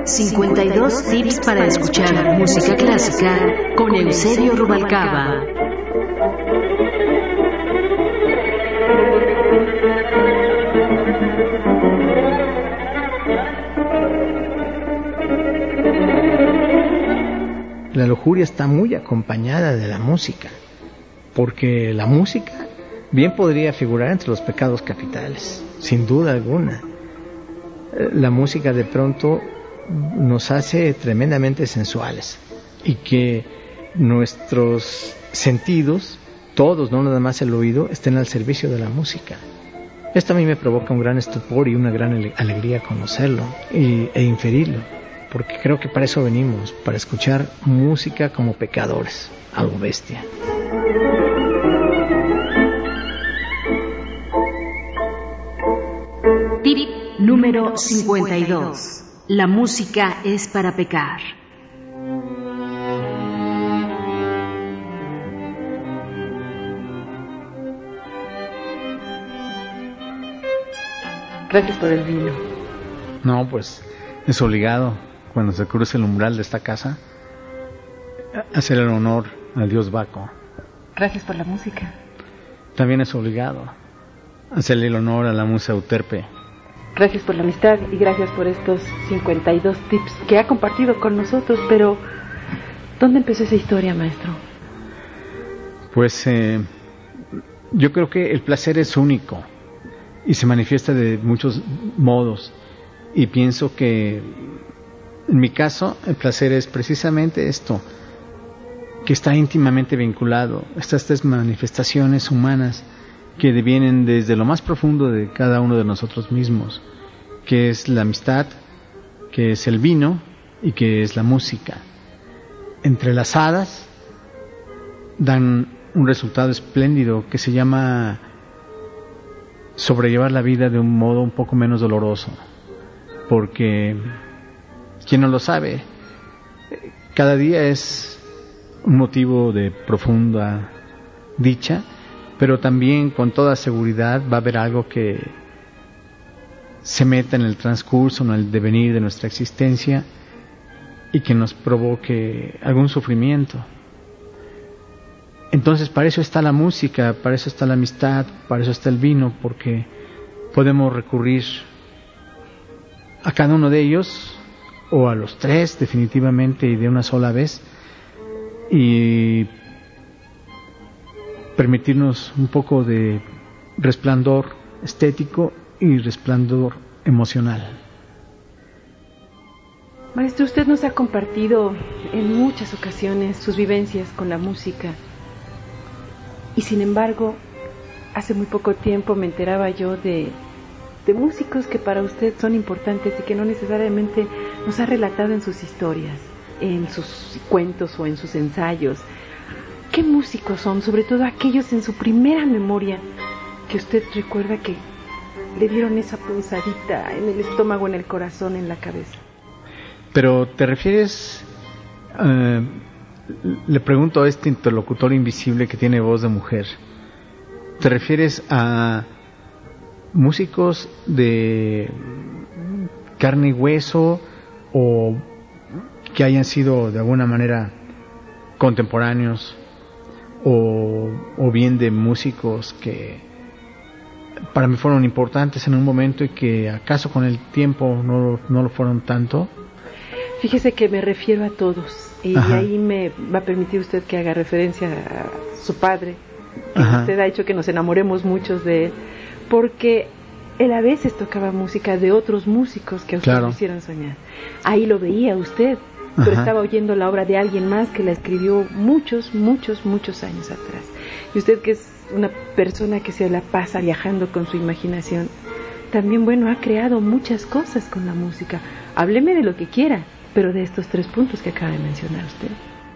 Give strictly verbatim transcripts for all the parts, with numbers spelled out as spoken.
cincuenta y dos tips para escuchar música clásica con Eusebio Rubalcaba. La lujuria está muy acompañada de la música, porque la música bien podría figurar entre los pecados capitales, sin duda alguna. La música de pronto nos hace tremendamente sensuales y que nuestros sentidos, todos, no nada más el oído, estén al servicio de la música. Esto a mí me provoca un gran estupor y una gran alegría conocerlo y, e inferirlo, porque creo que para eso venimos, para escuchar música como pecadores, algo bestia. Tip número cincuenta y dos. La música es para pecar. Gracias por el vino. No, pues es obligado, cuando se cruce el umbral de esta casa, hacer el honor al dios Baco. Gracias por la música. También es obligado hacerle el honor a la musa Euterpe. Gracias por la amistad y gracias por estos cincuenta y dos tips que ha compartido con nosotros. Pero, ¿dónde empezó esa historia, maestro? Pues eh, yo creo que el placer es único y se manifiesta de muchos modos. Y pienso que, en mi caso, el placer es precisamente esto, que está íntimamente vinculado, estas tres manifestaciones humanas que vienen desde lo más profundo de cada uno de nosotros mismos, que es la amistad, que es el vino y que es la música. Entrelazadas dan un resultado espléndido que se llama sobrellevar la vida de un modo un poco menos doloroso, porque quien no lo sabe, cada día es un motivo de profunda dicha, pero también con toda seguridad va a haber algo que se meta en el transcurso, en el devenir de nuestra existencia y que nos provoque algún sufrimiento. Entonces para eso está la música, para eso está la amistad, para eso está el vino, porque podemos recurrir a cada uno de ellos o a los tres definitivamente y de una sola vez y permitirnos un poco de resplandor estético y resplandor emocional. Maestro, usted nos ha compartido en muchas ocasiones sus vivencias con la música y sin embargo hace muy poco tiempo me enteraba yo de, de músicos que para usted son importantes y que no necesariamente nos ha relatado en sus historias, en sus cuentos o en sus ensayos. ¿Qué músicos son? Sobre todo aquellos en su primera memoria que usted recuerda que le dieron esa punzadita en el estómago, en el corazón, en la cabeza. Pero te refieres, uh, le pregunto a este interlocutor invisible que tiene voz de mujer, ¿te refieres a músicos de carne y hueso o que hayan sido de alguna manera contemporáneos? O, o bien de músicos que para mí fueron importantes en un momento y que acaso con el tiempo no, no lo fueron tanto. Fíjese que me refiero a todos y Ajá. ahí me va a permitir usted que haga referencia a su padre, que Ajá. usted ha hecho que nos enamoremos muchos de él, porque él a veces tocaba música de otros músicos que a usted claro. le hicieron soñar. Ahí lo veía usted, pero Ajá. estaba oyendo la obra de alguien más que la escribió muchos, muchos, muchos años atrás. Y usted, que es una persona que se la pasa viajando con su imaginación, también, bueno, ha creado muchas cosas con la música. Hábleme de lo que quiera, pero de estos tres puntos que acaba de mencionar usted.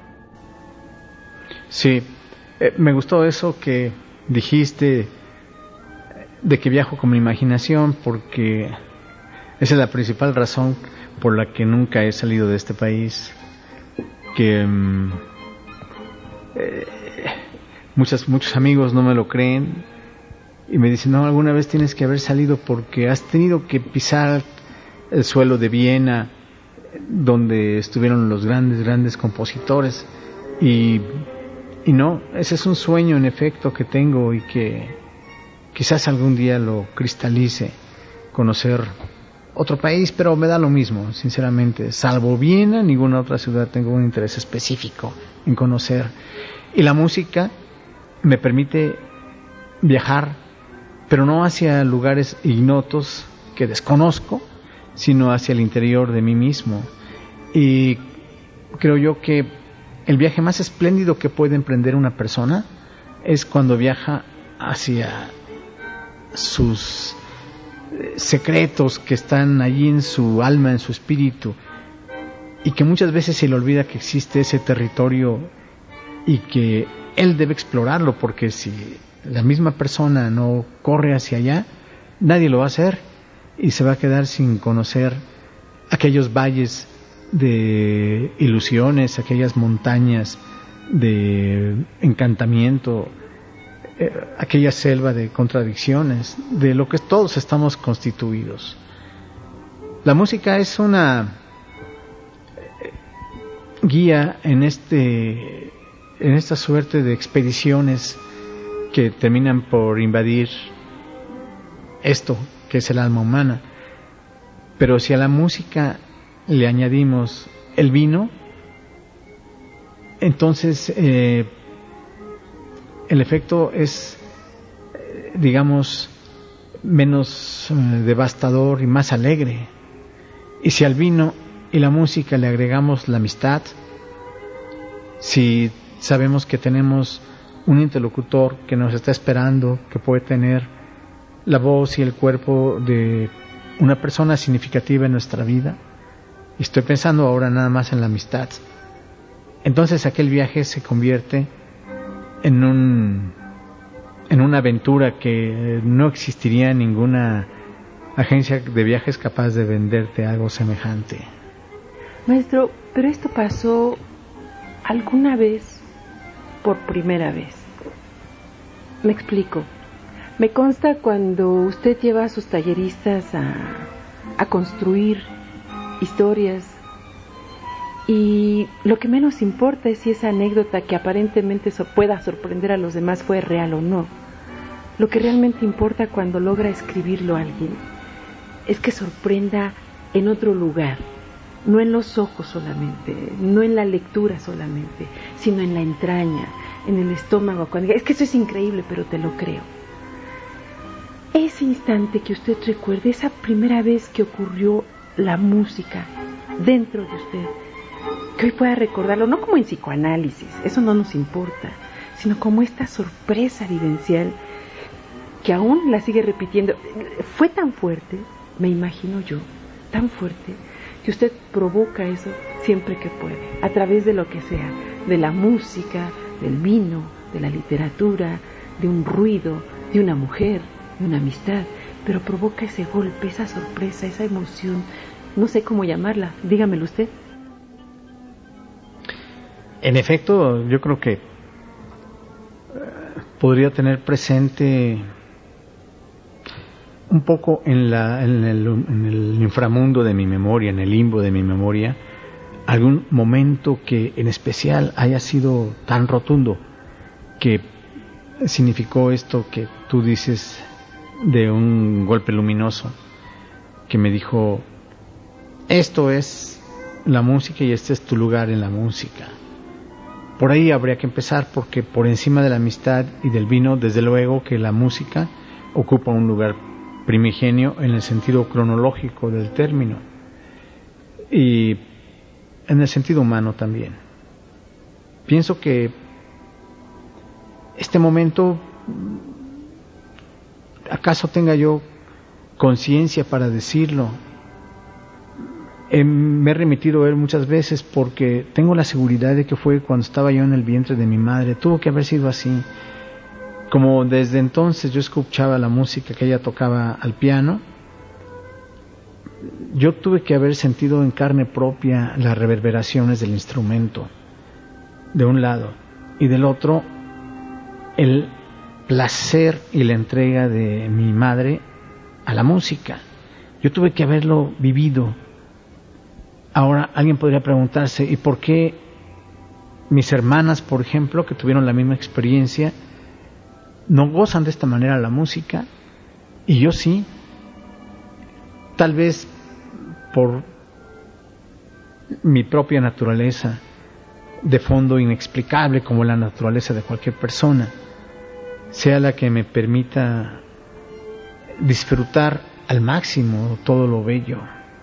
Sí, eh, me gustó eso que dijiste de que viajo con mi imaginación, porque esa es la principal razón por la que nunca he salido de este país, que um, eh, muchas, muchos amigos no me lo creen y me dicen, no, alguna vez tienes que haber salido porque has tenido que pisar el suelo de Viena, donde estuvieron los grandes, grandes compositores. Y, y no, ese es un sueño en efecto que tengo y que quizás algún día lo cristalice, conocer otro país, pero me da lo mismo, sinceramente. Salvo Viena, ninguna otra ciudad tengo un interés específico en conocer. Y la música me permite viajar, pero no hacia lugares ignotos que desconozco, sino hacia el interior de mí mismo. Y creo yo que el viaje más espléndido que puede emprender una persona es cuando viaja hacia sus secretos que están allí en su alma, en su espíritu, y que muchas veces se le olvida que existe ese territorio y que él debe explorarlo, porque si la misma persona no corre hacia allá, nadie lo va a hacer y se va a quedar sin conocer aquellos valles de ilusiones, aquellas montañas de encantamiento, eh, aquella selva de contradicciones, de lo que todos estamos constituidos. La música es una guía en este en esta suerte de expediciones que terminan por invadir esto que es el alma humana. Pero si a la música le añadimos el vino, entonces eh, el efecto es, digamos, menos eh, devastador y más alegre. Y si al vino y la música le agregamos la amistad, si sabemos que tenemos un interlocutor que nos está esperando, que puede tener la voz y el cuerpo de una persona significativa en nuestra vida, y estoy pensando ahora nada más en la amistad, entonces aquel viaje se convierte en un en una aventura que no existiría ninguna agencia de viajes capaz de venderte algo semejante. Maestro, pero esto pasó alguna vez por primera vez. Me explico. Me consta cuando usted lleva a sus talleristas a, a construir historias, y lo que menos importa es si esa anécdota que aparentemente so, pueda sorprender a los demás fue real o no. Lo que realmente importa cuando logra escribirlo a alguien es que sorprenda en otro lugar, no en los ojos solamente, no en la lectura solamente, sino en la entraña, en el estómago, cuando diga, es que eso es increíble, pero te lo creo. Ese instante que usted recuerde, esa primera vez que ocurrió la música dentro de usted, que hoy pueda recordarlo, no como en psicoanálisis, eso no nos importa, sino como esta sorpresa vivencial que aún la sigue repitiendo. Fue tan fuerte, me imagino yo, tan fuerte, que usted provoca eso siempre que puede, a través de lo que sea, de la música, del vino, de la literatura, de un ruido, de una mujer, de una amistad, pero provoca ese golpe, esa sorpresa, esa emoción, no sé cómo llamarla, dígamelo usted. En efecto, yo creo que podría tener presente un poco en, la, en, el, en el inframundo de mi memoria, en el limbo de mi memoria, algún momento que en especial haya sido tan rotundo, que significó esto que tú dices de un golpe luminoso, que me dijo, esto es la música y este es tu lugar en la música. Por ahí habría que empezar, porque por encima de la amistad y del vino, desde luego que la música ocupa un lugar primigenio en el sentido cronológico del término y en el sentido humano también. Pienso que este momento, acaso tenga yo conciencia para decirlo, Eh, me he remitido a él muchas veces porque tengo la seguridad de que fue cuando estaba yo en el vientre de mi madre. Tuvo que haber sido así. Como desde entonces yo escuchaba la música que ella tocaba al piano, yo tuve que haber sentido en carne propia las reverberaciones del instrumento, de un lado, y del otro, el placer y la entrega de mi madre a la música. Yo tuve que haberlo vivido. Ahora alguien podría preguntarse, ¿y por qué mis hermanas, por ejemplo, que tuvieron la misma experiencia, no gozan de esta manera la música y yo sí? Tal vez por mi propia naturaleza de fondo inexplicable, como la naturaleza de cualquier persona, sea la que me permita disfrutar al máximo todo lo bello.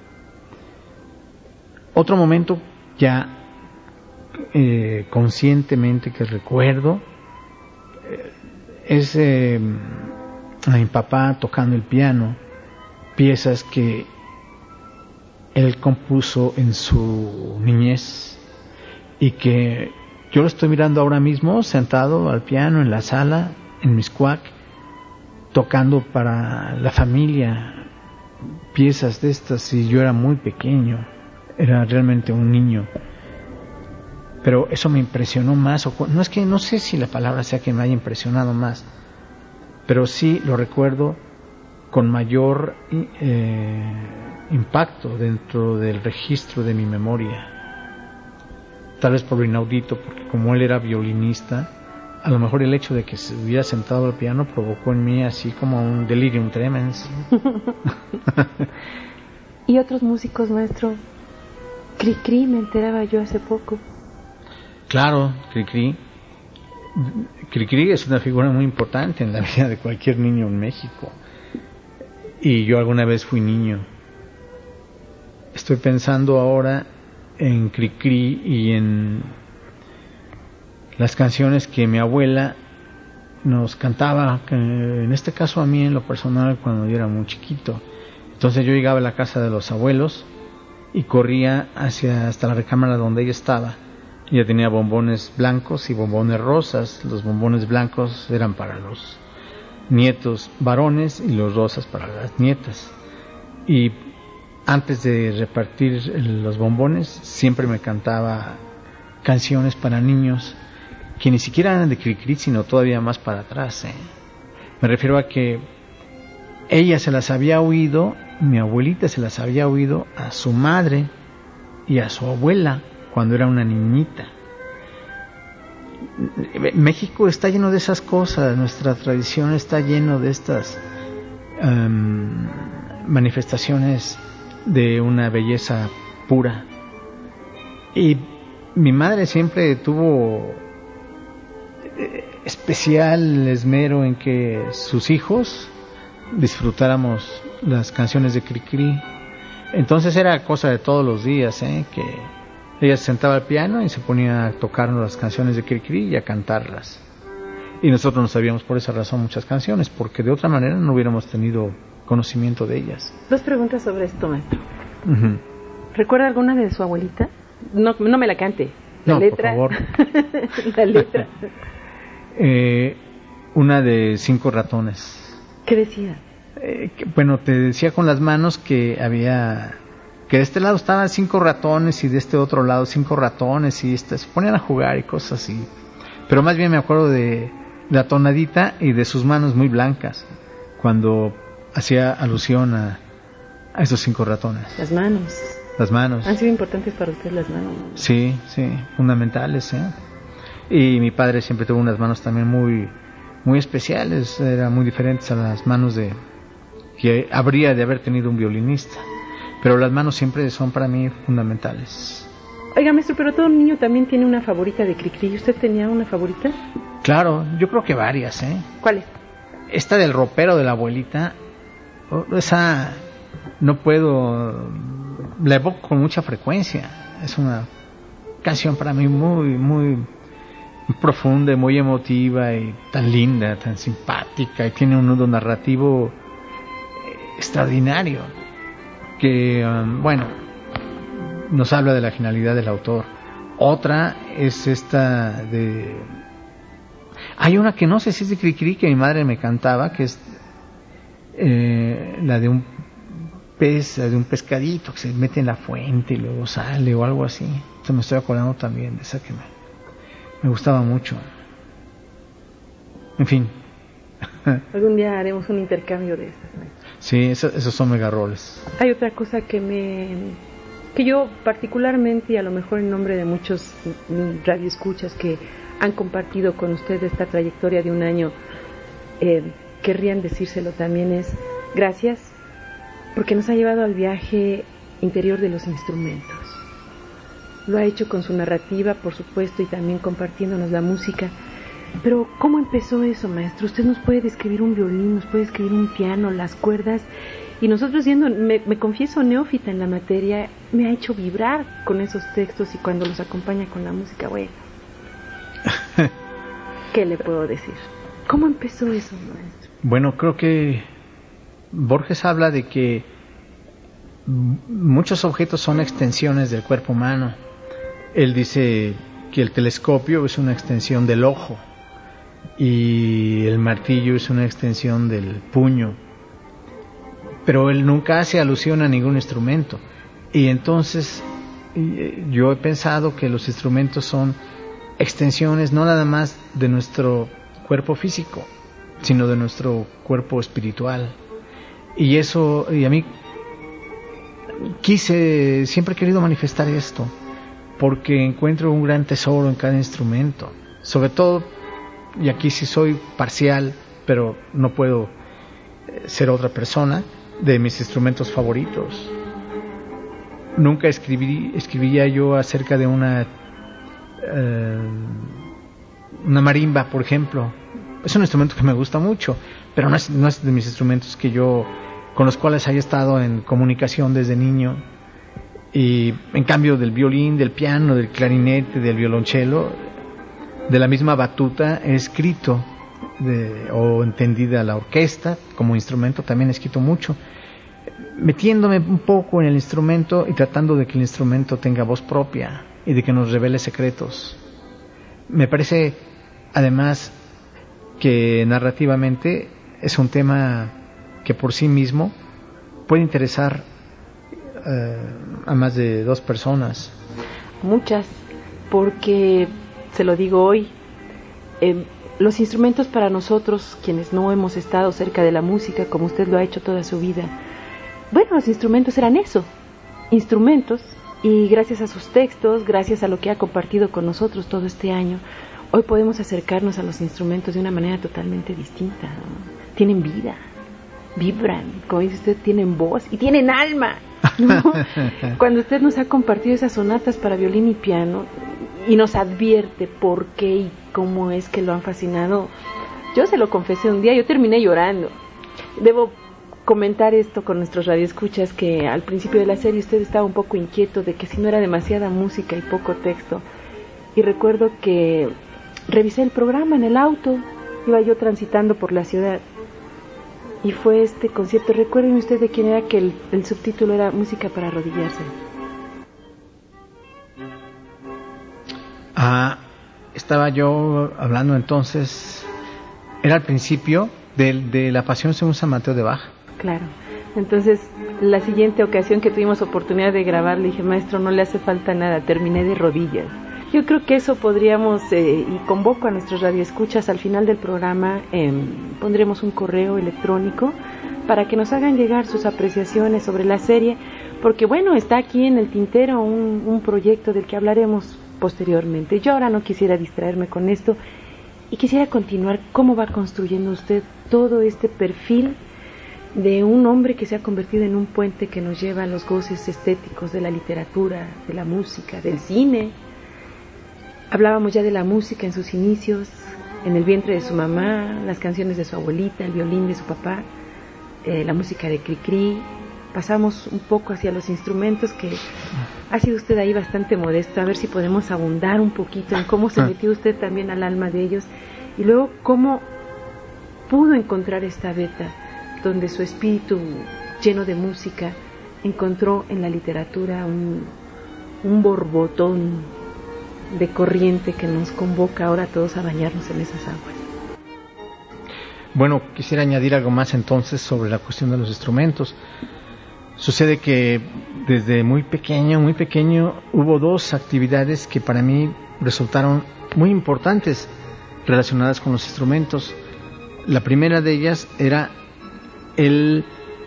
Otro momento ya eh, conscientemente que recuerdo eh, es eh, a mi papá tocando el piano, piezas que él compuso en su niñez y que yo lo estoy mirando ahora mismo sentado al piano en la sala en Mixcoac, tocando para la familia piezas de estas, y yo era muy pequeño, era realmente un niño, pero eso me impresionó más. O no es que no sé si la palabra sea que me haya impresionado más, pero sí lo recuerdo con mayor eh, impacto dentro del registro de mi memoria. Tal vez por lo inaudito, porque como él era violinista, a lo mejor el hecho de que se hubiera sentado al piano provocó en mí así como un delirium tremens. ¿Y otros músicos, maestro? Cricri, me enteraba yo hace poco. Claro, Cricri. Cricri es una figura muy importante en la vida de cualquier niño en México. Y yo alguna vez fui niño. Estoy pensando ahora en Cricri y en las canciones que mi abuela nos cantaba, que en este caso a mí en lo personal cuando yo era muy chiquito. Entonces yo llegaba a la casa de los abuelos y corría hacia hasta la recámara donde ella estaba. Ella tenía bombones blancos y bombones rosas. Los bombones blancos eran para los nietos varones y los rosas para las nietas. Y antes de repartir los bombones siempre me cantaba canciones para niños que ni siquiera eran de Cricri, sino todavía más para atrás, ¿eh? Me refiero a que ella se las había oído, mi abuelita se las había oído a su madre y a su abuela cuando era una niñita. México está lleno de esas cosas, nuestra tradición está lleno de estas um, manifestaciones de una belleza pura. Y mi madre siempre tuvo especial esmero en que sus hijos disfrutáramos las canciones de Cricri. Entonces era cosa de todos los días, ¿eh? Que ella se sentaba al piano y se ponía a tocar las canciones de Cricri y a cantarlas. Y nosotros no sabíamos por esa razón muchas canciones, porque de otra manera no hubiéramos tenido conocimiento de ellas. Dos preguntas sobre esto, maestro. Uh-huh. ¿Recuerda alguna de su abuelita? No, no me la cante. La no, letra. por favor. La letra. eh, una de Cinco Ratones. ¿Qué decía? Eh, que, bueno, te decía con las manos que había, que de este lado estaban cinco ratones y de este otro lado cinco ratones y este, se ponían a jugar y cosas así. Pero más bien me acuerdo de la tonadita y de sus manos muy blancas cuando hacía alusión a, a esos cinco ratones. Las manos. Las manos. ¿Han sido importantes para usted las manos? Sí, sí, fundamentales, ¿eh? Y mi padre siempre tuvo unas manos también muy, muy especiales, eran muy diferentes a las manos de que habría de haber tenido un violinista. Pero las manos siempre son para mí fundamentales. Oiga, maestro, pero todo niño también tiene una favorita de Cricri. ¿Usted tenía una favorita? Claro, yo creo que varias, ¿eh? ¿Cuál es? Esta del ropero de la abuelita, esa no puedo, la evoco con mucha frecuencia. Es una canción para mí muy, muy profunda, muy emotiva y tan linda, tan simpática, y tiene un nudo narrativo extraordinario que, um, bueno, nos habla de la genialidad del autor. Otra es esta de... Hay una que no sé si es de Cricri, que mi madre me cantaba, que es eh, la de un pez, la de un pescadito que se mete en la fuente y luego sale o algo así. Entonces me estoy acordando también de esa que me, me gustaba mucho. En fin. Algún día haremos un intercambio de estas. Sí, eso, esos son megarroles. Hay otra cosa que me que yo particularmente, y a lo mejor en nombre de muchos radioescuchas que han compartido con usted esta trayectoria de un año, eh, querrían decírselo también, es gracias, porque nos ha llevado al viaje interior de los instrumentos. Lo ha hecho con su narrativa, por supuesto, y también compartiéndonos la música. Pero, ¿cómo empezó eso, maestro? Usted nos puede describir un violín, nos puede describir un piano, las cuerdas, y nosotros siendo, me, me confieso neófita en la materia, me ha hecho vibrar con esos textos, y cuando los acompaña con la música, bueno, ¿qué le puedo decir? ¿Cómo empezó eso, maestro? Bueno, creo que Borges habla de que muchos objetos son extensiones del cuerpo humano. Él dice que el telescopio es una extensión del ojo y el martillo es una extensión del puño, pero él nunca hace alusión a ningún instrumento. Y entonces yo he pensado que los instrumentos son extensiones no nada más de nuestro cuerpo físico, sino de nuestro cuerpo espiritual. Y eso, y a mí quise, siempre he querido manifestar esto, porque encuentro un gran tesoro en cada instrumento, sobre todo, y aquí sí soy parcial, pero no puedo ser otra persona, de mis instrumentos favoritos. Nunca escribí, escribía yo acerca de una eh, una marimba, por ejemplo. Es un instrumento que me gusta mucho, pero no es, no es de mis instrumentos que yo, con los cuales haya estado en comunicación desde niño. Y en cambio del violín, del piano, del clarinete, del violonchelo, de la misma batuta he escrito, de, o entendida la orquesta como instrumento, también he escrito mucho, metiéndome un poco en el instrumento y tratando de que el instrumento tenga voz propia y de que nos revele secretos. Me parece además que narrativamente es un tema que por sí mismo puede interesar eh, a más de dos personas. Muchas, porque se lo digo hoy, eh, los instrumentos para nosotros, quienes no hemos estado cerca de la música como usted lo ha hecho toda su vida, bueno, los instrumentos eran eso, instrumentos, y gracias a sus textos, gracias a lo que ha compartido con nosotros todo este año, hoy podemos acercarnos a los instrumentos de una manera totalmente distinta, ¿no? Tienen vida, vibran, como dice usted, tienen voz y tienen alma, ¿no? Cuando usted nos ha compartido esas sonatas para violín y piano y nos advierte por qué y cómo es que lo han fascinado, yo se lo confesé un día, yo terminé llorando. Debo comentar esto con nuestros radioescuchas, que al principio de la serie usted estaba un poco inquieto de que si no era demasiada música y poco texto, y recuerdo que revisé el programa en el auto, iba yo transitando por la ciudad y fue este concierto. Recuerden ustedes de quién era, que el, el subtítulo era Música para arrodillarse. Ah, estaba yo hablando entonces, era al principio de, de la Pasión según San Mateo de Bach. Claro, entonces la siguiente ocasión que tuvimos oportunidad de grabar, le dije, maestro, no le hace falta nada, terminé de rodillas. Yo creo que eso podríamos, eh, y convoco a nuestros radioescuchas al final del programa, eh, pondremos un correo electrónico para que nos hagan llegar sus apreciaciones sobre la serie, porque bueno, está aquí en el tintero un, un proyecto del que hablaremos posteriormente. Yo ahora no quisiera distraerme con esto y quisiera continuar cómo va construyendo usted todo este perfil de un hombre que se ha convertido en un puente que nos lleva a los goces estéticos de la literatura, de la música, del cine. Hablábamos ya de la música en sus inicios, en el vientre de su mamá, las canciones de su abuelita, el violín de su papá, eh, la música de Cricri. Pasamos un poco hacia los instrumentos, que ha sido usted ahí bastante modesto, a ver si podemos abundar un poquito en cómo se metió usted también al alma de ellos, y luego cómo pudo encontrar esta beta donde su espíritu lleno de música encontró en la literatura un, un borbotón de corriente que nos convoca ahora a todos a bañarnos en esas aguas. Bueno, quisiera añadir algo más entonces sobre la cuestión de los instrumentos. Sucede que desde muy pequeño, muy pequeño, hubo dos actividades que para mí resultaron muy importantes relacionadas con los instrumentos. La primera de ellas era el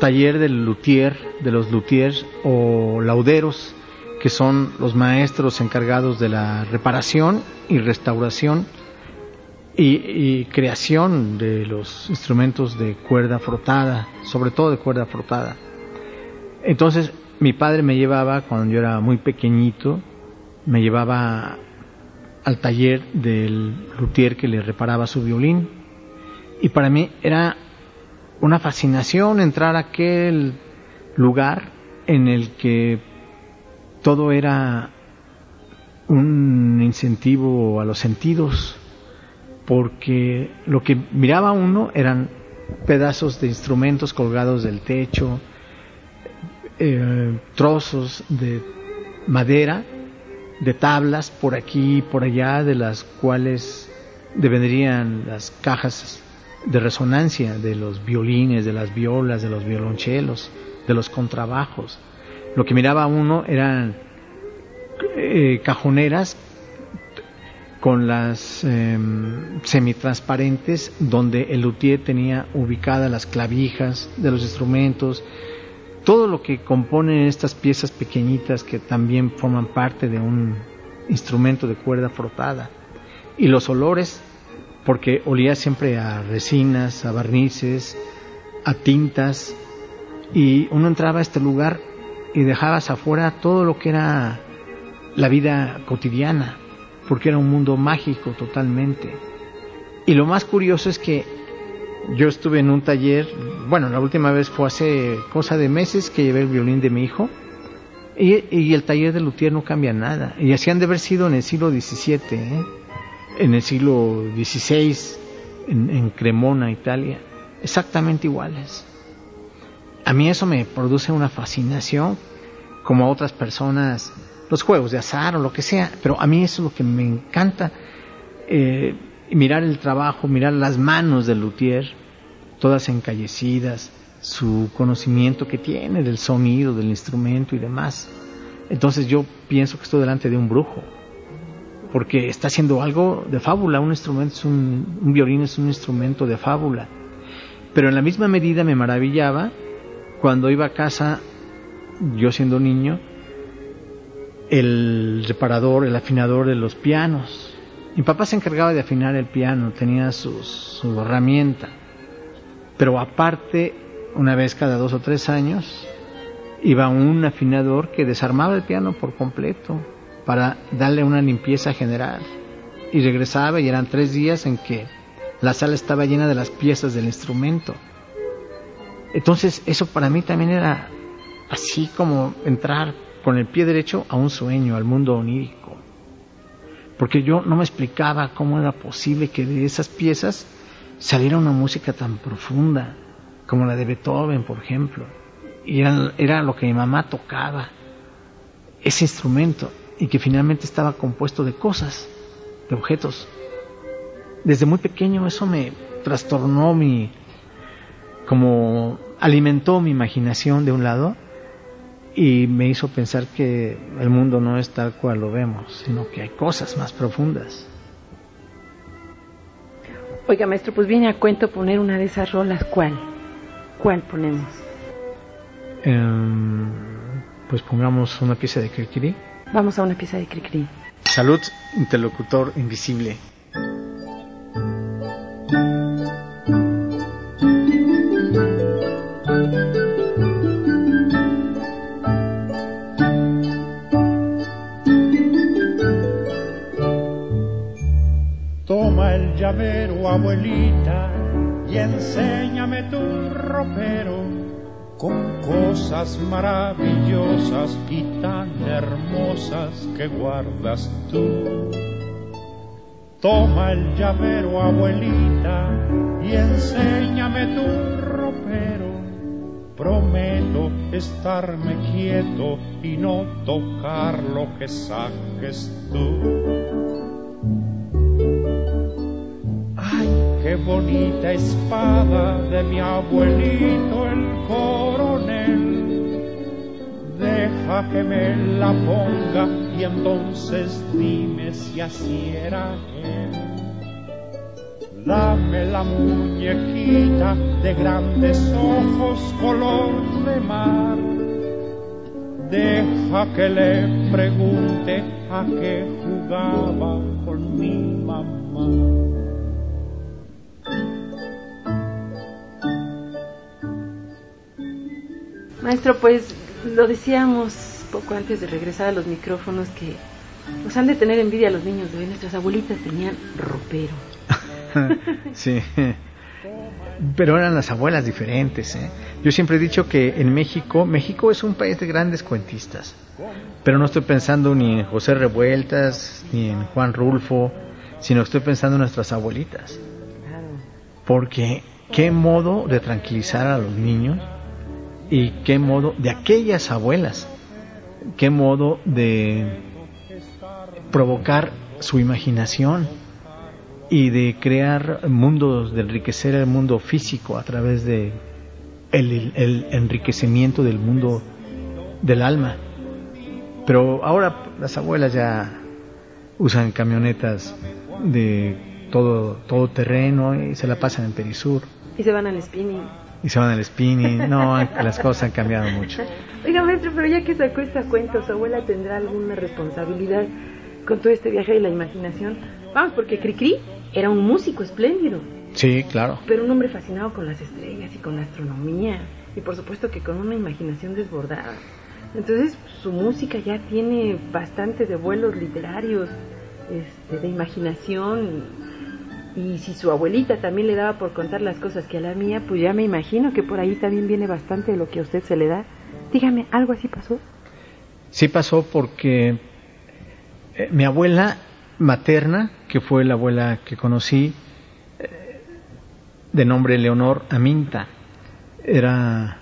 taller del luthier, de los luthiers o lauderos, que son los maestros encargados de la reparación y restauración y, y creación de los instrumentos de cuerda frotada, sobre todo de cuerda frotada. Entonces mi padre me llevaba, cuando yo era muy pequeñito, me llevaba al taller del luthier que le reparaba su violín, y para mí era una fascinación entrar a aquel lugar en el que todo era un incentivo a los sentidos, porque lo que miraba uno eran pedazos de instrumentos colgados del techo, eh, trozos de madera, de tablas por aquí y por allá, de las cuales devendrían las cajas de resonancia de los violines, de las violas, de los violonchelos, de los contrabajos. Lo que miraba uno eran eh, cajoneras con las eh, semitransparentes, donde el luthier tenía ubicadas las clavijas de los instrumentos, todo lo que compone estas piezas pequeñitas que también forman parte de un instrumento de cuerda frotada. Y los olores, porque olía siempre a resinas, a barnices, a tintas, y uno entraba a este lugar y dejabas afuera todo lo que era la vida cotidiana, porque era un mundo mágico totalmente. Y lo más curioso es que yo estuve en un taller, bueno, la última vez fue hace cosa de meses que llevé el violín de mi hijo, y, y el taller de luthier no cambia nada, y así han de haber sido en el siglo diecisiete, ¿eh? En el siglo dieciséis, en, en Cremona, Italia, exactamente iguales. A mí eso me produce una fascinación, como a otras personas los juegos de azar o lo que sea, pero a mí eso es lo que me encanta, eh, mirar el trabajo, mirar las manos del luthier, todas encallecidas, su conocimiento que tiene del sonido, del instrumento y demás. Entonces yo pienso que estoy delante de un brujo, porque está haciendo algo de fábula. Un instrumento es un, un violín es un instrumento de fábula. Pero en la misma medida me maravillaba cuando iba a casa, yo siendo niño, el reparador, el afinador de los pianos. Mi papá se encargaba de afinar el piano, tenía sus, su herramienta, pero aparte, una vez cada dos o tres años, iba un afinador que desarmaba el piano por completo para darle una limpieza general, y regresaba, y eran tres días en que la sala estaba llena de las piezas del instrumento. Entonces eso para mí también era así como entrar con el pie derecho a un sueño, al mundo onírico, porque yo no me explicaba cómo era posible que de esas piezas saliera una música tan profunda como la de Beethoven, por ejemplo, y era, era lo que mi mamá tocaba, ese instrumento, y que finalmente estaba compuesto de cosas, de objetos. Desde muy pequeño eso me trastornó mi, como alimentó mi imaginación de un lado, y me hizo pensar que el mundo no es tal cual lo vemos, sino que hay cosas más profundas. Oiga, maestro, pues viene a cuento poner una de esas rolas. ¿Cuál? ¿Cuál ponemos? Eh, pues pongamos una pieza de Cricri. Vamos a una pieza de Cricri. Salud, interlocutor invisible. Toma el llavero, abuelita, y enséñame tu ropero con cosas maravillosas y tan hermosas que guardas tú. Toma el llavero, abuelita, y enséñame tu ropero. Prometo estarme quieto y no tocar lo que saques tú. Qué bonita espada de mi abuelito el coronel. Deja que me la ponga y entonces dime si así era él. Dame la muñequita de grandes ojos color de mar. Deja que le pregunte a qué jugaba con mi mamá. Maestro, pues lo decíamos poco antes de regresar a los micrófonos que nos han de tener envidia los niños de hoy. Nuestras abuelitas tenían ropero. Sí, pero eran las abuelas diferentes, ¿eh? Yo siempre he dicho que en México, México es un país de grandes cuentistas, pero no estoy pensando ni en José Revueltas, ni en Juan Rulfo, sino estoy pensando en nuestras abuelitas. Porque qué modo de tranquilizar a los niños y qué modo de aquellas abuelas, qué modo de provocar su imaginación y de crear mundos, de enriquecer el mundo físico a través de el, el enriquecimiento del mundo del alma. Pero ahora las abuelas ya usan camionetas de todo, todo terreno y se la pasan en Perisur. Y se van al spinning. Y se van al spinning. No, las cosas han cambiado mucho. Oiga, maestro, pero ya que sacó esta cuenta, ¿su abuela tendrá alguna responsabilidad con todo este viaje de la imaginación? Vamos, porque Cricri era un músico espléndido. Sí, claro. Pero un hombre fascinado con las estrellas y con la astronomía. Y por supuesto que con una imaginación desbordada. Entonces, su música ya tiene bastante de vuelos literarios, este, de imaginación. Y si su abuelita también le daba por contar las cosas que a la mía, pues ya me imagino que por ahí también viene bastante de lo que a usted se le da. Dígame, ¿algo así pasó? Sí pasó porque eh, mi abuela materna, que fue la abuela que conocí, eh, de nombre Leonor Aminta, era,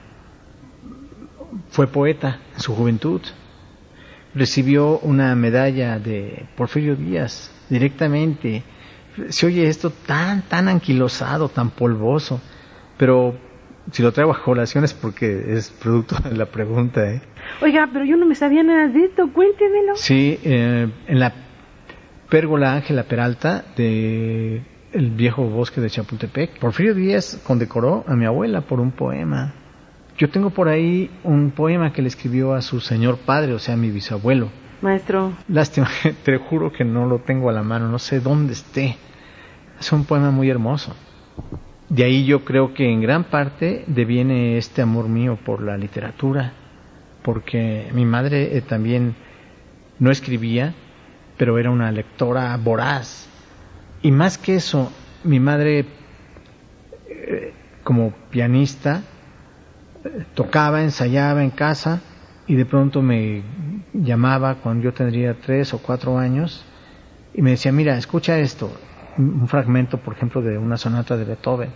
fue poeta en su juventud. Recibió una medalla de Porfirio Díaz directamente. Se oye esto tan, tan anquilosado, tan polvoso, pero si lo traigo a colación es porque es producto de la pregunta, ¿eh? Oiga, pero yo no me sabía nada de esto, cuéntemelo. Sí, eh, en la pérgola Ángela Peralta de el viejo bosque de Chapultepec, Porfirio Díaz condecoró a mi abuela por un poema. Yo tengo por ahí un poema que le escribió a su señor padre, o sea, a mi bisabuelo. Maestro. Lástima, te juro que no lo tengo a la mano, no sé dónde esté. Es un poema muy hermoso. De ahí yo creo que en gran parte deviene este amor mío por la literatura, porque mi madre eh, también no escribía, pero era una lectora voraz. Y más que eso, mi madre, eh, como pianista, eh, tocaba, ensayaba en casa, y de pronto me llamaba cuando yo tendría tres o cuatro años y me decía, mira, escucha esto, un fragmento, por ejemplo, de una sonata de Beethoven.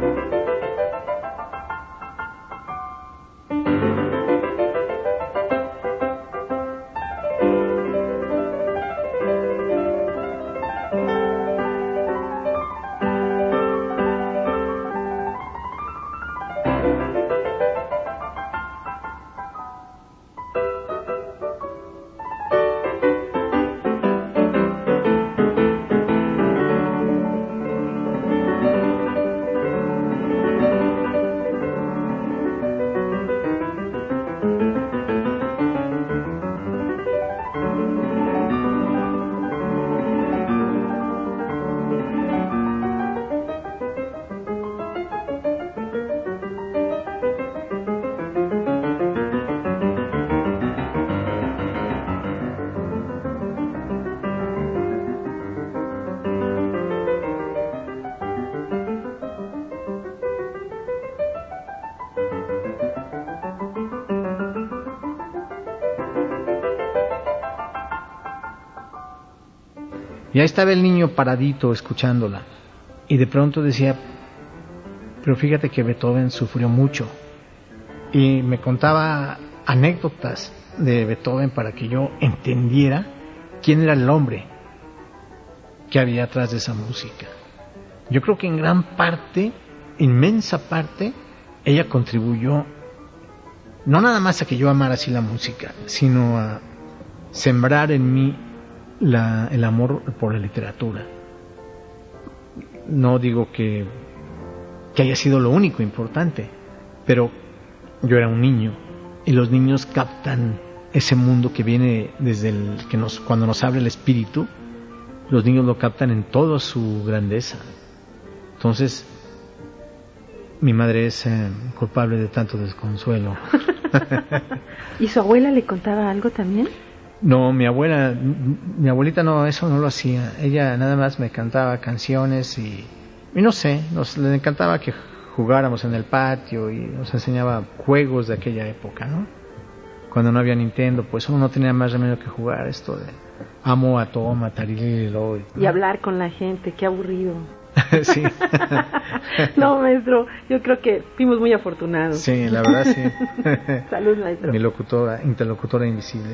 Y ahí estaba el niño paradito escuchándola. Y de pronto decía, pero fíjate que Beethoven sufrió mucho. Y me contaba anécdotas de Beethoven para que yo entendiera quién era el hombre que había atrás de esa música. Yo creo que en gran parte, inmensa parte, ella contribuyó no nada más a que yo amara así la música, sino a sembrar en mí La, el amor por la literatura. no digo que, que haya sido lo único importante, pero yo era un niño y los niños captan ese mundo que viene desde el que nos, cuando nos abre el espíritu, los niños lo captan en toda su grandeza. Entonces, mi madre es eh, culpable de tanto desconsuelo. ¿Y su abuela le contaba algo también? No, mi abuela, mi abuelita no, eso no lo hacía. Ella nada más me cantaba canciones y, y no sé, nos le encantaba que jugáramos en el patio y nos enseñaba juegos de aquella época, ¿no? Cuando no había Nintendo, pues uno no tenía más remedio que jugar esto de amo a toma, tarililo. ¿No? Y hablar con la gente, qué aburrido. Sí. No, maestro, yo creo que fuimos muy afortunados. Sí, la verdad sí. Salud, maestro. Mi locutora, interlocutora invisible.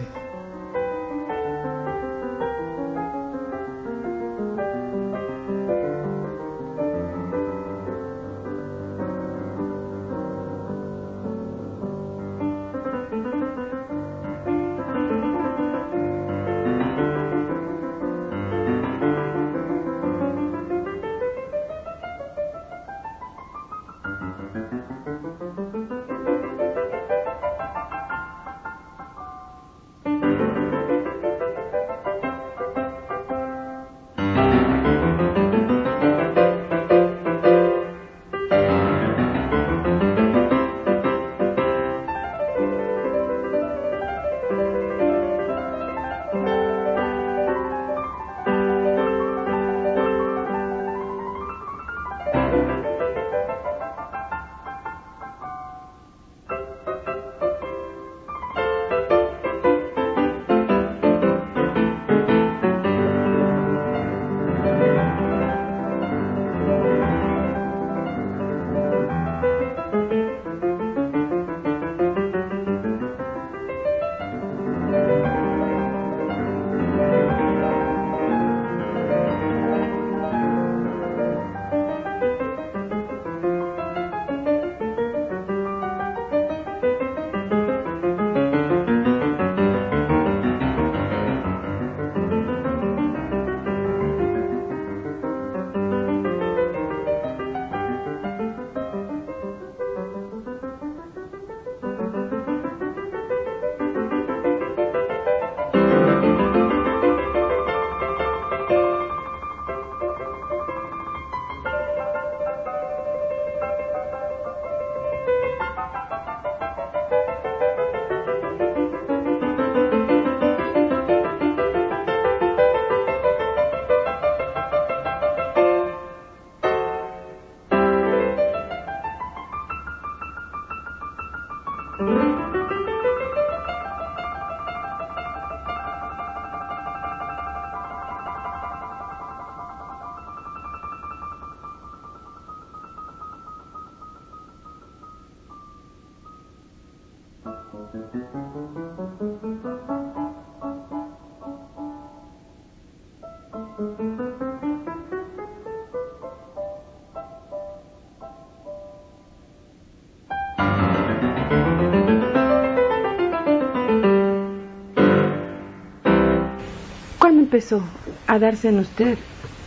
¿Cuándo empezó a darse en usted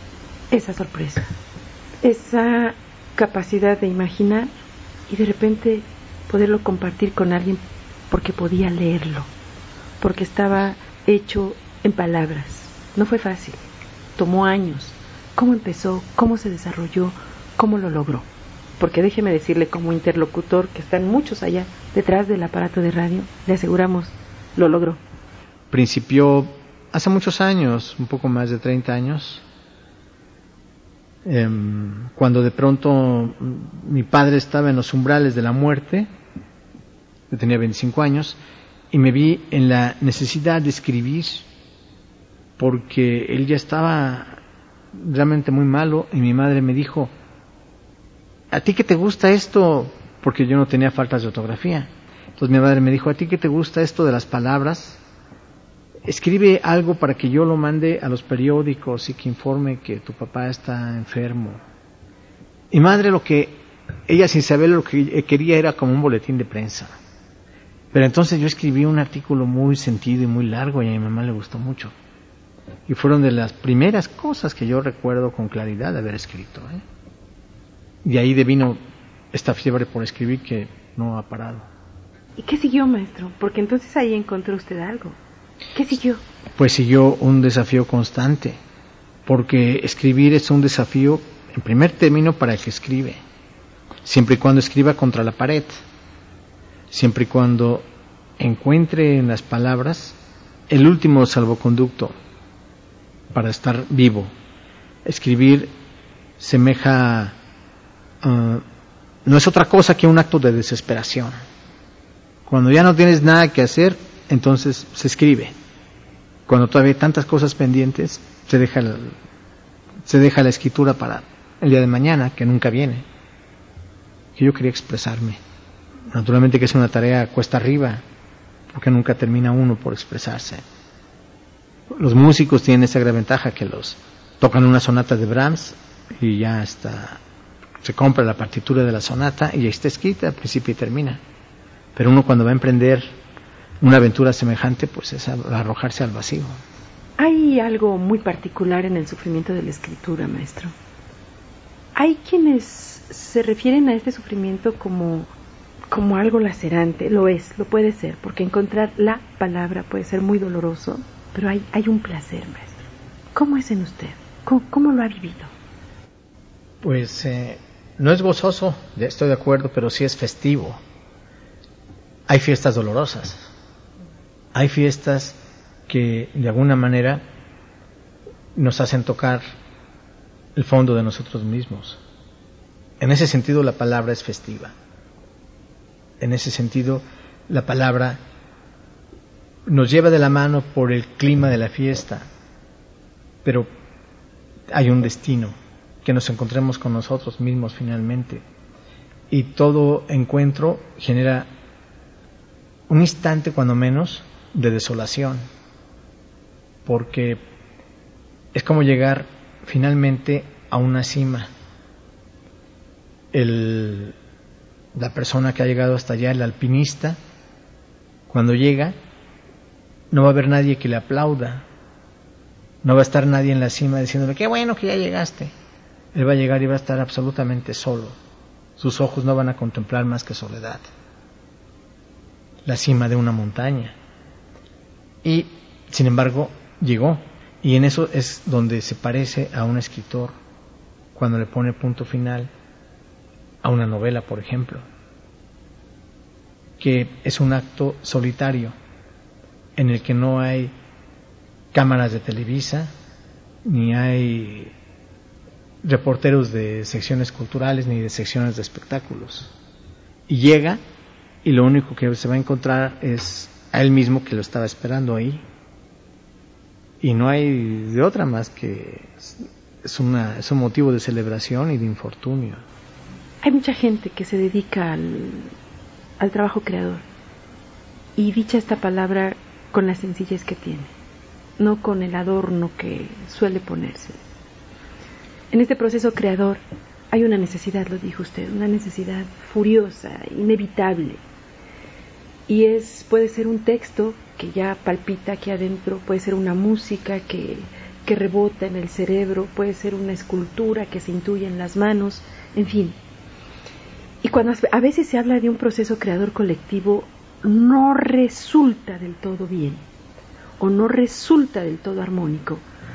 esa sorpresa, esa capacidad de imaginar y de repente poderlo compartir con alguien porque podía leerlo, porque estaba hecho en palabras? No fue fácil, tomó años. ¿Cómo empezó? ¿Cómo se desarrolló? ¿Cómo lo logró? Porque déjeme decirle, como interlocutor, que están muchos allá detrás del aparato de radio, le aseguramos, lo logró. Principió hace muchos años, un poco más de treinta años, eh, cuando de pronto mi padre estaba en los umbrales de la muerte. Yo tenía veinticinco años y me vi en la necesidad de escribir porque él ya estaba realmente muy malo y mi madre me dijo: ¿a ti que te gusta esto? Porque yo no tenía faltas de ortografía. Entonces mi madre me dijo: ¿a ti que te gusta esto de las palabras? Escribe algo para que yo lo mande a los periódicos y que informe que tu papá está enfermo. Y madre, lo que ella, sin saber, lo que quería era como un boletín de prensa. Pero entonces yo escribí un artículo muy sentido y muy largo y a mi mamá le gustó mucho. Y fueron de las primeras cosas que yo recuerdo con claridad de haber escrito. ¿eh? Y ahí devino esta fiebre por escribir que no ha parado. ¿Y qué siguió, maestro? Porque entonces ahí encontró usted algo. ¿Qué siguió? Pues siguió un desafío constante, porque escribir es un desafío, en primer término, para el que escribe, siempre y cuando escriba contra la pared, siempre y cuando encuentre en las palabras el último salvoconducto para estar vivo. Escribir semeja, uh, no es otra cosa que un acto de desesperación. Cuando ya no tienes nada que hacer, entonces se escribe. Cuando todavía hay tantas cosas pendientes, se deja la, se deja la escritura para el día de mañana, que nunca viene. Que yo quería expresarme. Naturalmente que es una tarea cuesta arriba, porque nunca termina uno por expresarse. Los músicos tienen esa gran ventaja que los tocan una sonata de Brahms y ya está, se compra la partitura de la sonata y ya está escrita, principio y termina. Pero uno cuando va a emprender una aventura semejante, pues es arrojarse al vacío. Hay algo muy particular en el sufrimiento de la escritura, maestro. Hay quienes se refieren a este sufrimiento como, como algo lacerante. Lo es, lo puede ser, porque encontrar la palabra puede ser muy doloroso, pero hay, hay un placer, maestro. ¿Cómo es en usted? ¿Cómo, cómo lo ha vivido? Pues eh, no es gozoso, estoy de acuerdo, pero sí es festivo. Hay fiestas dolorosas. Hay fiestas que de alguna manera nos hacen tocar el fondo de nosotros mismos. En ese sentido la palabra es festiva. En ese sentido la palabra nos lleva de la mano por el clima de la fiesta, pero hay un destino, que nos encontremos con nosotros mismos finalmente. Y todo encuentro genera un instante, cuando menos, de desolación, porque es como llegar finalmente a una cima. El, la persona que ha llegado hasta allá, el alpinista, cuando llega, no va a haber nadie que le aplauda, no va a estar nadie en la cima diciéndole, qué bueno que ya llegaste. Él va a llegar y va a estar absolutamente solo. Sus ojos no van a contemplar más que soledad. La cima de una montaña. Y, sin embargo, llegó. Y en eso es donde se parece a un escritor, cuando le pone punto final a una novela, por ejemplo, que es un acto solitario, en el que no hay cámaras de Televisa, ni hay reporteros de secciones culturales, ni de secciones de espectáculos. Y llega, y lo único que se va a encontrar es a él mismo, que lo estaba esperando ahí. Y no hay de otra más que es, una, es un motivo de celebración y de infortunio. Hay mucha gente que se dedica al, al trabajo creador, y dicha esta palabra con la sencillez que tiene, no con el adorno que suele ponerse. En este proceso creador hay una necesidad, lo dijo usted, una necesidad furiosa, inevitable. Y es, puede ser un texto que ya palpita aquí adentro, puede ser una música que, que rebota en el cerebro, puede ser una escultura que se intuye en las manos, en fin. Y cuando a veces se habla de un proceso creador colectivo, no resulta del todo bien, o no resulta del todo armónico,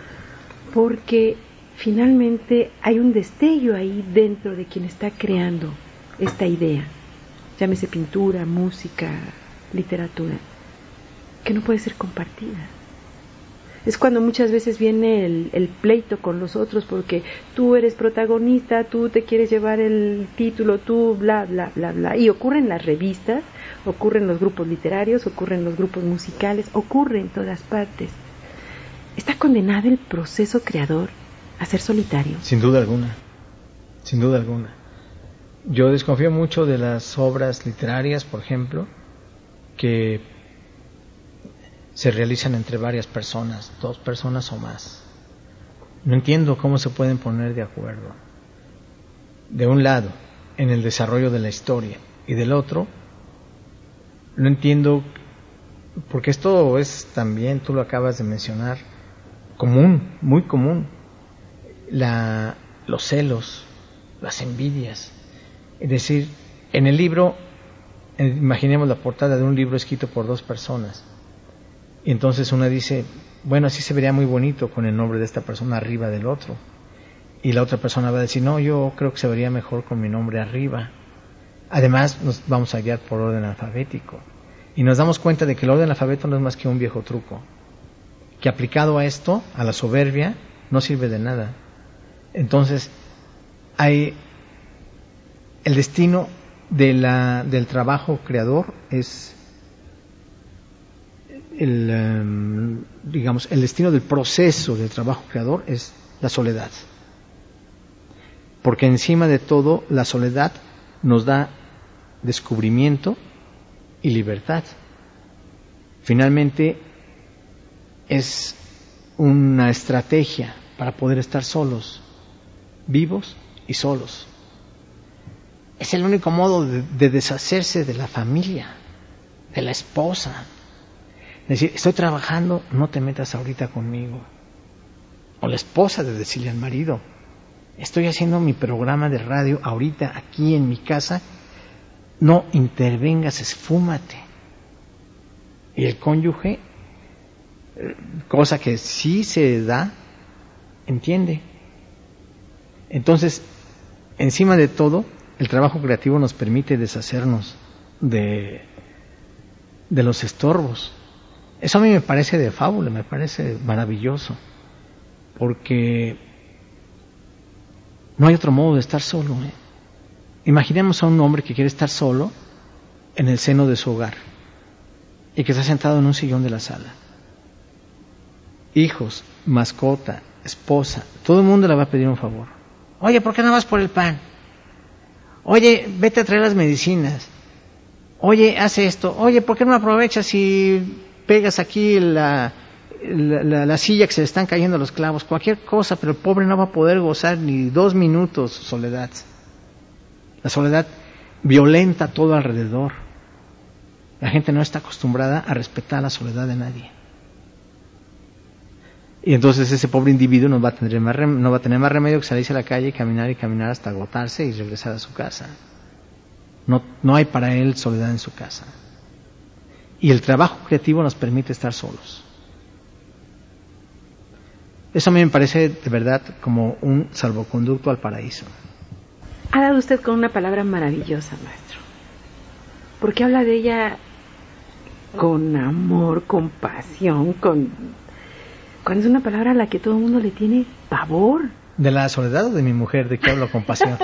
porque finalmente hay un destello ahí dentro de quien está creando esta idea, llámese pintura, música, literatura, que no puede ser compartida. Es cuando muchas veces viene el, el pleito con los otros, porque tú eres protagonista, tú te quieres llevar el título, tú bla, bla, bla, bla. Y ocurre en las revistas, ocurre en los grupos literarios, ocurre en los grupos musicales, ocurre en todas partes. ¿Está condenado el proceso creador a ser solitario? Sin duda alguna, sin duda alguna. Yo desconfío mucho de las obras literarias, por ejemplo, que se realizan entre varias personas, dos personas o más. No entiendo cómo se pueden poner de acuerdo. De un lado, en el desarrollo de la historia, y del otro, no entiendo, porque esto es también, tú lo acabas de mencionar, común, muy común, la, los celos, las envidias. Es decir, en el libro, imaginemos la portada de un libro escrito por dos personas, y entonces una dice, bueno, así se vería muy bonito con el nombre de esta persona arriba del otro, y la otra persona va a decir, no, yo creo que se vería mejor con mi nombre arriba. Además nos vamos a guiar por orden alfabético, y nos damos cuenta de que el orden alfabético no es más que un viejo truco, que aplicado a esto, a la soberbia, no sirve de nada. Entonces hay el destino de la, del trabajo creador es el, um, digamos, el destino del proceso del trabajo creador es la soledad, porque encima de todo la soledad nos da descubrimiento y libertad. Finalmente es una estrategia para poder estar solos, vivos y solos. Es el único modo de, de deshacerse de la familia, de la esposa. Es decir, estoy trabajando, no te metas ahorita conmigo. O la esposa de decirle al marido, estoy haciendo mi programa de radio ahorita aquí en mi casa, no intervengas, esfúmate. Y el cónyuge, cosa que sí se da, entiende. Entonces, encima de todo, el trabajo creativo nos permite deshacernos de, de los estorbos. Eso a mí me parece de fábula, me parece maravilloso, porque no hay otro modo de estar solo, ¿eh? Imaginemos a un hombre que quiere estar solo en el seno de su hogar y que está sentado en un sillón de la sala. Hijos, mascota, esposa, todo el mundo le va a pedir un favor. Oye, ¿por qué no vas por el pan? Oye, vete a traer las medicinas. Oye, haz esto. Oye, ¿por qué no aprovechas y pegas aquí la, la, la, la silla que se le están cayendo los clavos? Cualquier cosa, pero el pobre no va a poder gozar ni dos minutos soledad. La soledad violenta todo alrededor. La gente no está acostumbrada a respetar la soledad de nadie. Y entonces ese pobre individuo no va a tener más rem- no va a tener más remedio que salirse a la calle y caminar y caminar hasta agotarse y regresar a su casa. No, no hay para él soledad en su casa. Y el trabajo creativo nos permite estar solos. Eso a mí me parece de verdad como un salvoconducto al paraíso. Ha dado usted con una palabra maravillosa, maestro, porque habla de ella con amor, con pasión, con... cuando es una palabra a la que todo el mundo le tiene pavor. ¿De la soledad o de mi mujer? ¿De qué hablo con pasión?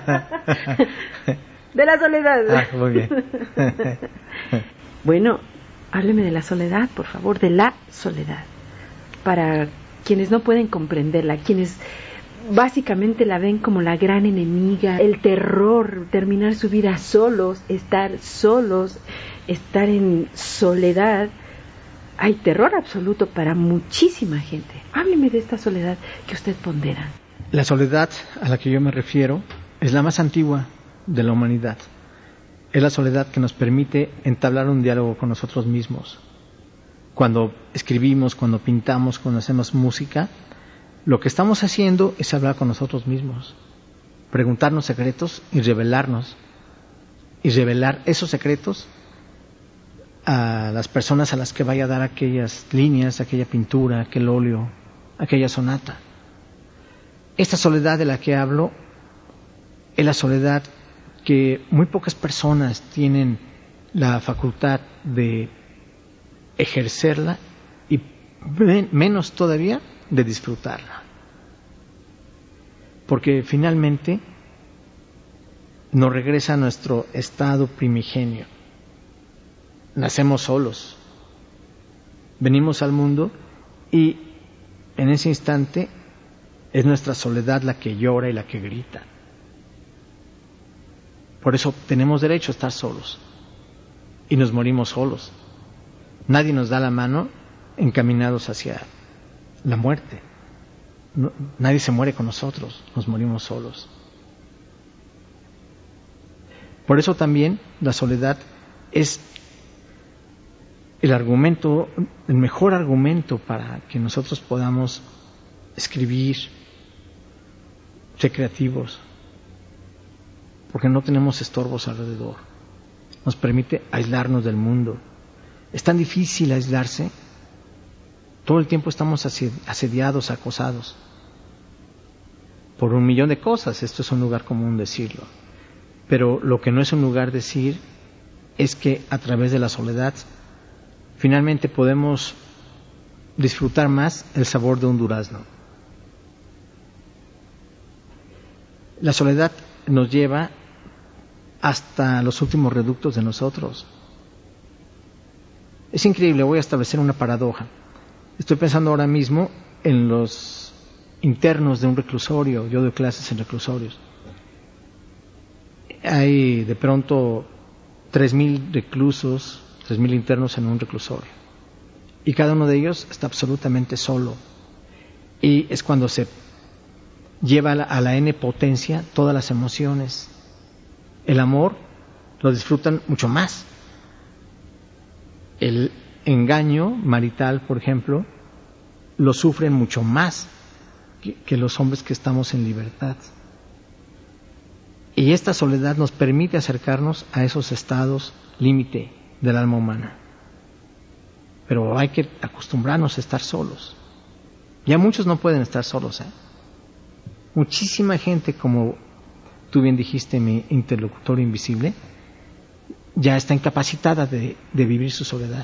De la soledad. Ah, muy bien. Bueno, hábleme de la soledad, por favor, de la soledad. Para quienes no pueden comprenderla, quienes básicamente la ven como la gran enemiga, el terror, terminar su vida solos, estar solos, estar en soledad. Hay terror absoluto para muchísima gente. Hábleme de esta soledad que usted pondera. La soledad a la que yo me refiero es la más antigua de la humanidad. Es la soledad que nos permite entablar un diálogo con nosotros mismos. Cuando escribimos, cuando pintamos, cuando hacemos música, lo que estamos haciendo es hablar con nosotros mismos, preguntarnos secretos y revelarnos, y revelar esos secretos a las personas a las que vaya a dar aquellas líneas, aquella pintura, aquel óleo, aquella sonata. Esta soledad de la que hablo es la soledad que muy pocas personas tienen la facultad de ejercerla y menos todavía de disfrutarla. Porque finalmente nos regresa a nuestro estado primigenio. Nacemos solos, venimos al mundo y en ese instante es nuestra soledad la que llora y la que grita. Por eso tenemos derecho a estar solos y nos morimos solos. Nadie nos da la mano encaminados hacia la muerte. No, nadie se muere con nosotros, nos morimos solos. Por eso también la soledad es el argumento, el mejor argumento para que nosotros podamos escribir, ser creativos, porque no tenemos estorbos alrededor. Nos permite aislarnos del mundo. Es tan difícil aislarse. Todo el tiempo estamos asediados, acosados por un millón de cosas. Esto es un lugar común decirlo. Pero lo que no es un lugar decir es que a través de la soledad finalmente podemos disfrutar más el sabor de un durazno. La soledad nos lleva hasta los últimos reductos de nosotros. Es increíble, voy a establecer una paradoja. Estoy pensando ahora mismo en los internos de un reclusorio. Yo doy clases en reclusorios. Hay de pronto tres mil reclusos, tres mil internos en un reclusorio. Y cada uno de ellos está absolutamente solo. Y es cuando se lleva a la, a la N potencia todas las emociones. El amor lo disfrutan mucho más. El engaño marital, por ejemplo, lo sufren mucho más que, que los hombres que estamos en libertad. Y esta soledad nos permite acercarnos a esos estados límite del alma humana. Pero hay que acostumbrarnos a estar solos. Ya muchos no pueden estar solos, ¿eh? Muchísima gente, como tú bien dijiste, mi interlocutor invisible, ya está incapacitada de, de vivir su soledad.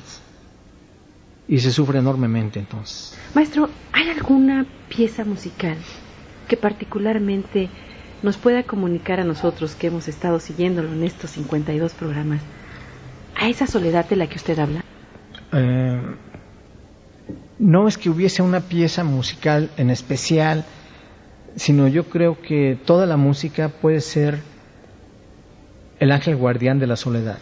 Y se sufre enormemente entonces. Maestro, ¿hay alguna pieza musical que particularmente nos pueda comunicar a nosotros que hemos estado siguiéndolo en estos cincuenta y dos programas a esa soledad de la que usted habla? Eh, no es que hubiese una pieza musical en especial, sino yo creo que toda la música puede ser el ángel guardián de la soledad.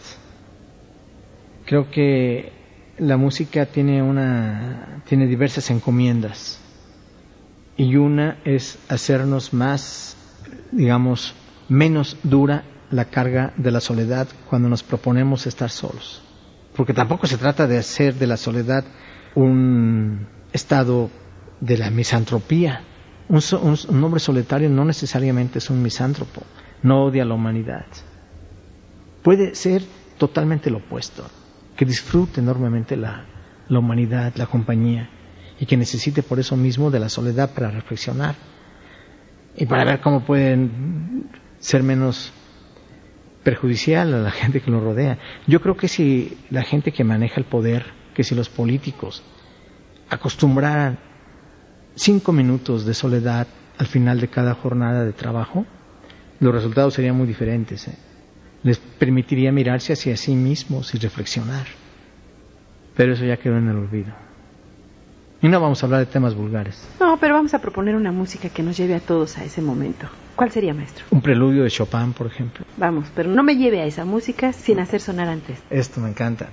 Creo que la música tiene una tiene diversas encomiendas, y una es hacernos más, digamos, menos dura la carga de la soledad cuando nos proponemos estar solos. Porque tampoco se trata de hacer de la soledad un estado de la misantropía. Un, un, un hombre solitario no necesariamente es un misántropo, no odia a la humanidad. Puede ser totalmente lo opuesto, que disfrute enormemente la, la humanidad, la compañía, y que necesite por eso mismo de la soledad para reflexionar y para ver cómo pueden ser menos perjudicial a la gente que nos rodea. Yo creo que si la gente que maneja el poder, que si los políticos acostumbraran cinco minutos de soledad al final de cada jornada de trabajo, los resultados serían muy diferentes, ¿eh? Les permitiría mirarse hacia sí mismos y reflexionar. Pero eso ya quedó en el olvido. Y no vamos a hablar de temas vulgares. No, pero vamos a proponer una música que nos lleve a todos a ese momento. ¿Cuál sería, maestro? Un preludio de Chopin, por ejemplo. Vamos, pero no me lleve a esa música sin hacer sonar antes. Esto me encanta.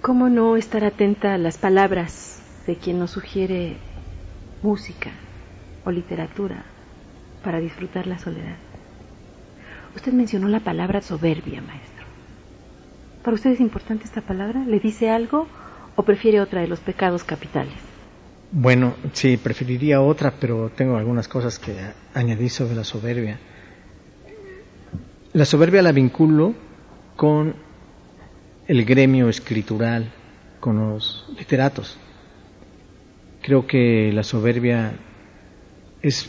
¿Cómo no estar atenta a las palabras de quien nos sugiere música o literatura para disfrutar la soledad? Usted mencionó la palabra soberbia, maestro. ¿Para usted es importante esta palabra? ¿Le dice algo o prefiere otra de los pecados capitales? Bueno, sí, preferiría otra, pero tengo algunas cosas que añadir sobre la soberbia. La soberbia la vinculo con el gremio escritural, con los literatos. Creo que la soberbia es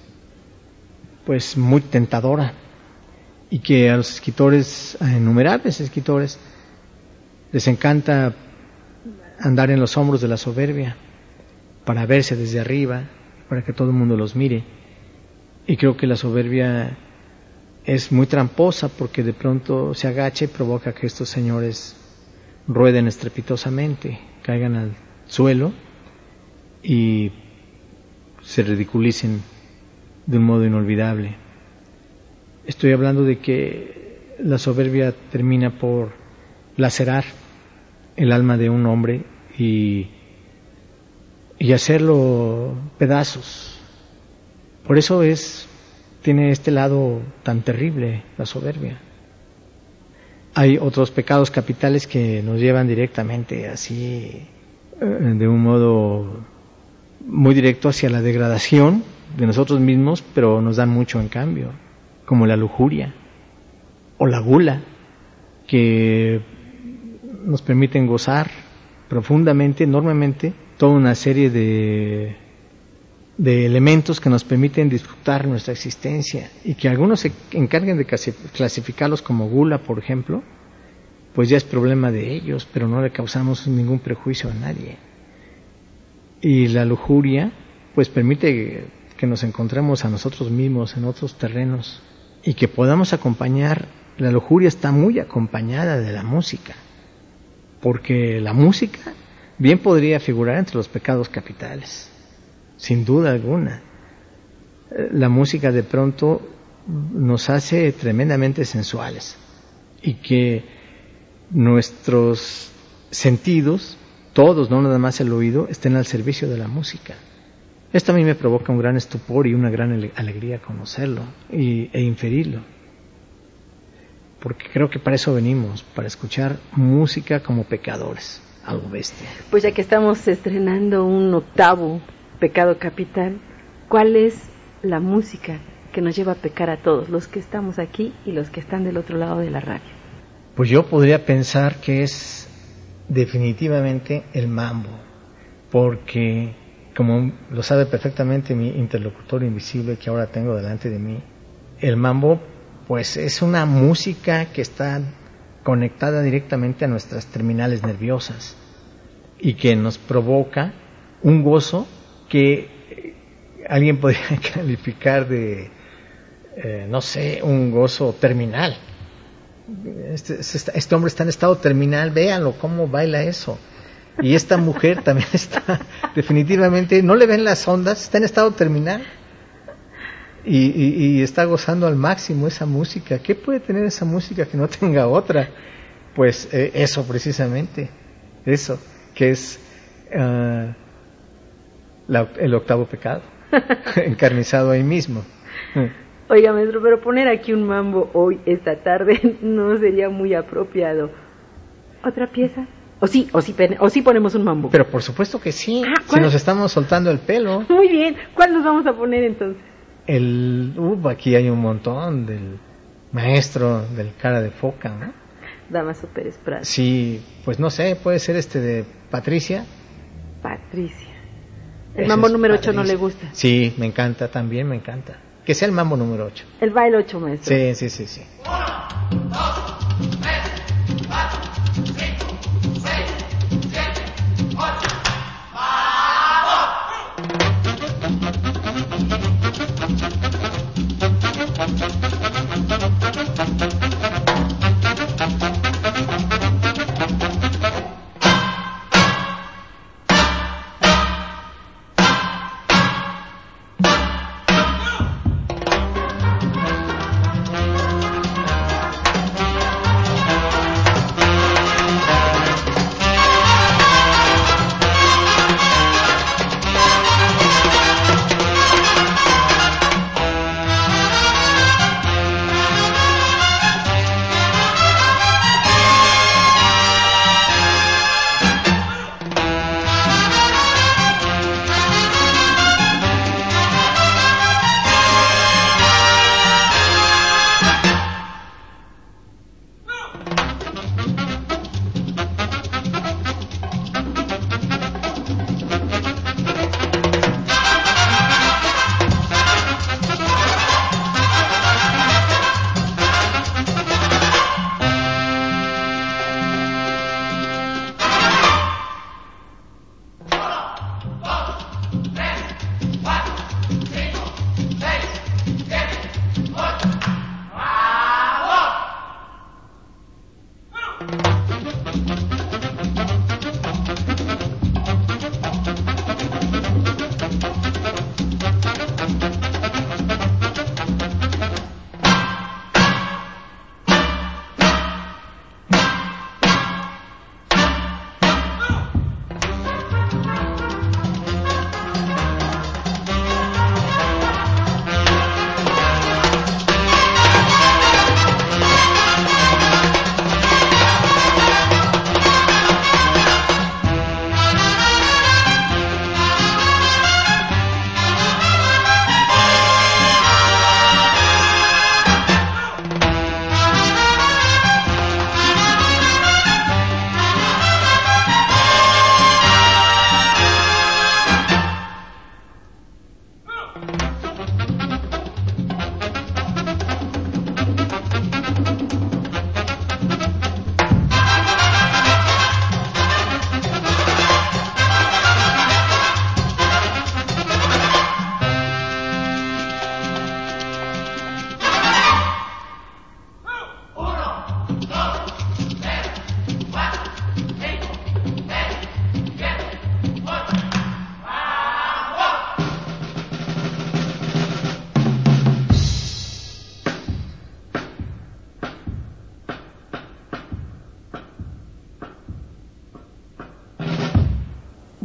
pues muy tentadora y que a los escritores, a innumerables escritores, les encanta andar en los hombros de la soberbia para verse desde arriba, para que todo el mundo los mire. Y creo que la soberbia es muy tramposa porque de pronto se agacha y provoca que estos señores rueden estrepitosamente, caigan al suelo y se ridiculicen de un modo inolvidable. Estoy hablando de que la soberbia termina por lacerar el alma de un hombre y, y hacerlo pedazos. Por eso es tiene este lado tan terrible, la soberbia. Hay otros pecados capitales que nos llevan directamente así, de un modo muy directo hacia la degradación de nosotros mismos, pero nos dan mucho en cambio, como la lujuria o la gula, que nos permiten gozar profundamente, enormemente, toda una serie de de elementos que nos permiten disfrutar nuestra existencia, y que algunos se encarguen de clasificarlos como gula, por ejemplo, pues ya es problema de ellos, pero no le causamos ningún prejuicio a nadie. Y la lujuria pues permite que nos encontremos a nosotros mismos en otros terrenos y que podamos acompañar. La lujuria está muy acompañada de la música, porque la música bien podría figurar entre los pecados capitales, sin duda alguna. La música de pronto nos hace tremendamente sensuales y que nuestros sentidos, todos, no nada más el oído, estén al servicio de la música. Esto a mí me provoca un gran estupor y una gran alegría conocerlo y, e inferirlo, porque creo que para eso venimos, para escuchar música como pecadores, algo bestia. Pues ya que estamos estrenando un octavo pecado capital, ¿cuál es la música que nos lleva a pecar a todos, los que estamos aquí y los que están del otro lado de la radio? Pues yo podría pensar que es definitivamente el mambo, porque como lo sabe perfectamente mi interlocutor invisible que ahora tengo delante de mí, el mambo pues es una música que está conectada directamente a nuestras terminales nerviosas y que nos provoca un gozo que alguien podría calificar de, eh, no sé, un gozo terminal. Este, este, este hombre está en estado terminal, véanlo cómo baila eso. Y esta mujer también está, definitivamente, no le ven las ondas, está en estado terminal. Y, y, y está gozando al máximo esa música. ¿Qué puede tener esa música que no tenga otra? Pues eh, eso precisamente, eso, que es Uh, La, el octavo pecado, encarnizado ahí mismo. Oiga, maestro, pero poner aquí un mambo hoy, esta tarde, no sería muy apropiado. ¿Otra pieza? O sí, o sí, o sí ponemos un mambo. Pero por supuesto que sí, ah, si nos estamos soltando el pelo. Muy bien, ¿cuál nos vamos a poner entonces? El, uh, aquí hay un montón del maestro del cara de foca, ¿no? Damaso Pérez Prado. Sí, pues no sé, puede ser este de Patricia. Patricia. El mambo número ocho no le gusta. Sí, me encanta, también me encanta. Que sea el mambo número ocho. El baile ocho, maestro. Sí, sí, sí, sí. Uno, dos, tres, cuatro, cinco, seis, siete, ocho.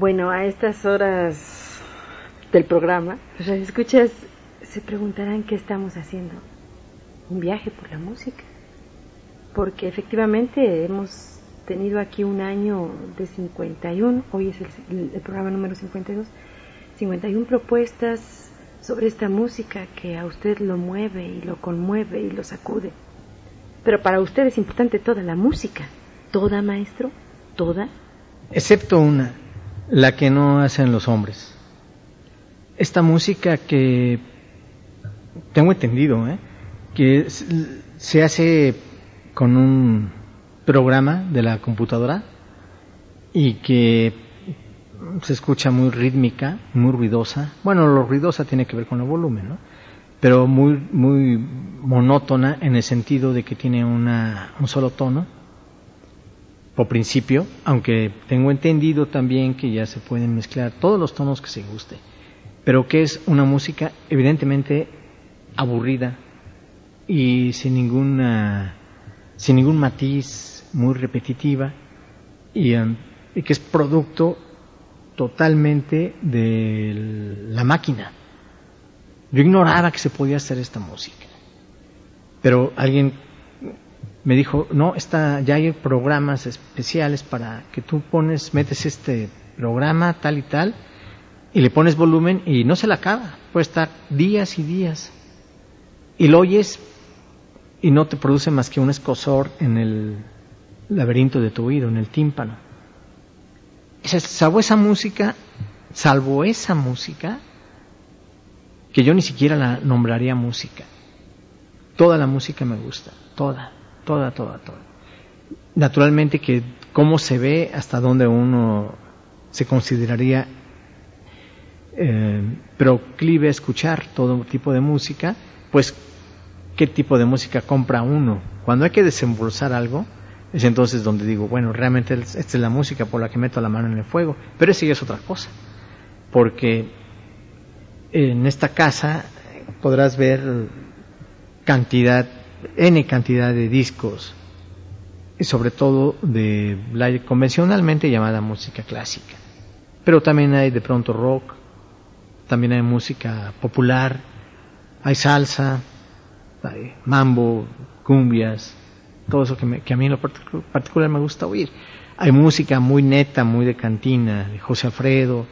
Bueno, a estas horas del programa, los radioescuchas se preguntarán qué estamos haciendo. Un viaje por la música. Porque efectivamente hemos tenido aquí un año de cincuenta y uno, hoy es el, el programa número cincuenta y dos, cincuenta y una propuestas sobre esta música que a usted lo mueve y lo conmueve y lo sacude. Pero para usted es importante toda la música. ¿Toda, maestro? ¿Toda? Excepto una, la que no hacen los hombres. Esta música que tengo entendido, ¿eh? que se hace con un programa de la computadora y que se escucha muy rítmica, muy ruidosa. Bueno, lo ruidosa tiene que ver con el volumen, ¿no? Pero muy muy monótona en el sentido de que tiene una un solo tono por principio, aunque tengo entendido también que ya se pueden mezclar todos los tonos que se guste, pero que es una música evidentemente aburrida y sin ninguna sin ningún matiz, muy repetitiva y, um, y que es producto totalmente de la máquina. Yo ignoraba que se podía hacer esta música, pero alguien me dijo, no, está, ya hay programas especiales para que tú pones, metes este programa tal y tal y le pones volumen y no se la acaba, puede estar días y días y lo oyes y no te produce más que un escozor en el laberinto de tu oído, en el tímpano. Salvo esa música, salvo esa música, que yo ni siquiera la nombraría música. Toda la música me gusta, toda, toda, toda, toda. Naturalmente que cómo se ve, hasta dónde uno se consideraría eh, proclive a escuchar todo tipo de música, pues qué tipo de música compra uno. Cuando hay que desembolsar algo, es entonces donde digo, bueno, realmente esta es la música por la que meto la mano en el fuego, pero eso ya es otra cosa, porque en esta casa podrás ver cantidad, n cantidad de discos, y sobre todo de la convencionalmente llamada música clásica, pero también hay de pronto rock, también hay música popular, hay salsa, hay mambo, cumbias, todo eso que, me, que a mí en lo particular me gusta oír. Hay música muy neta, muy de cantina, de José Alfredo,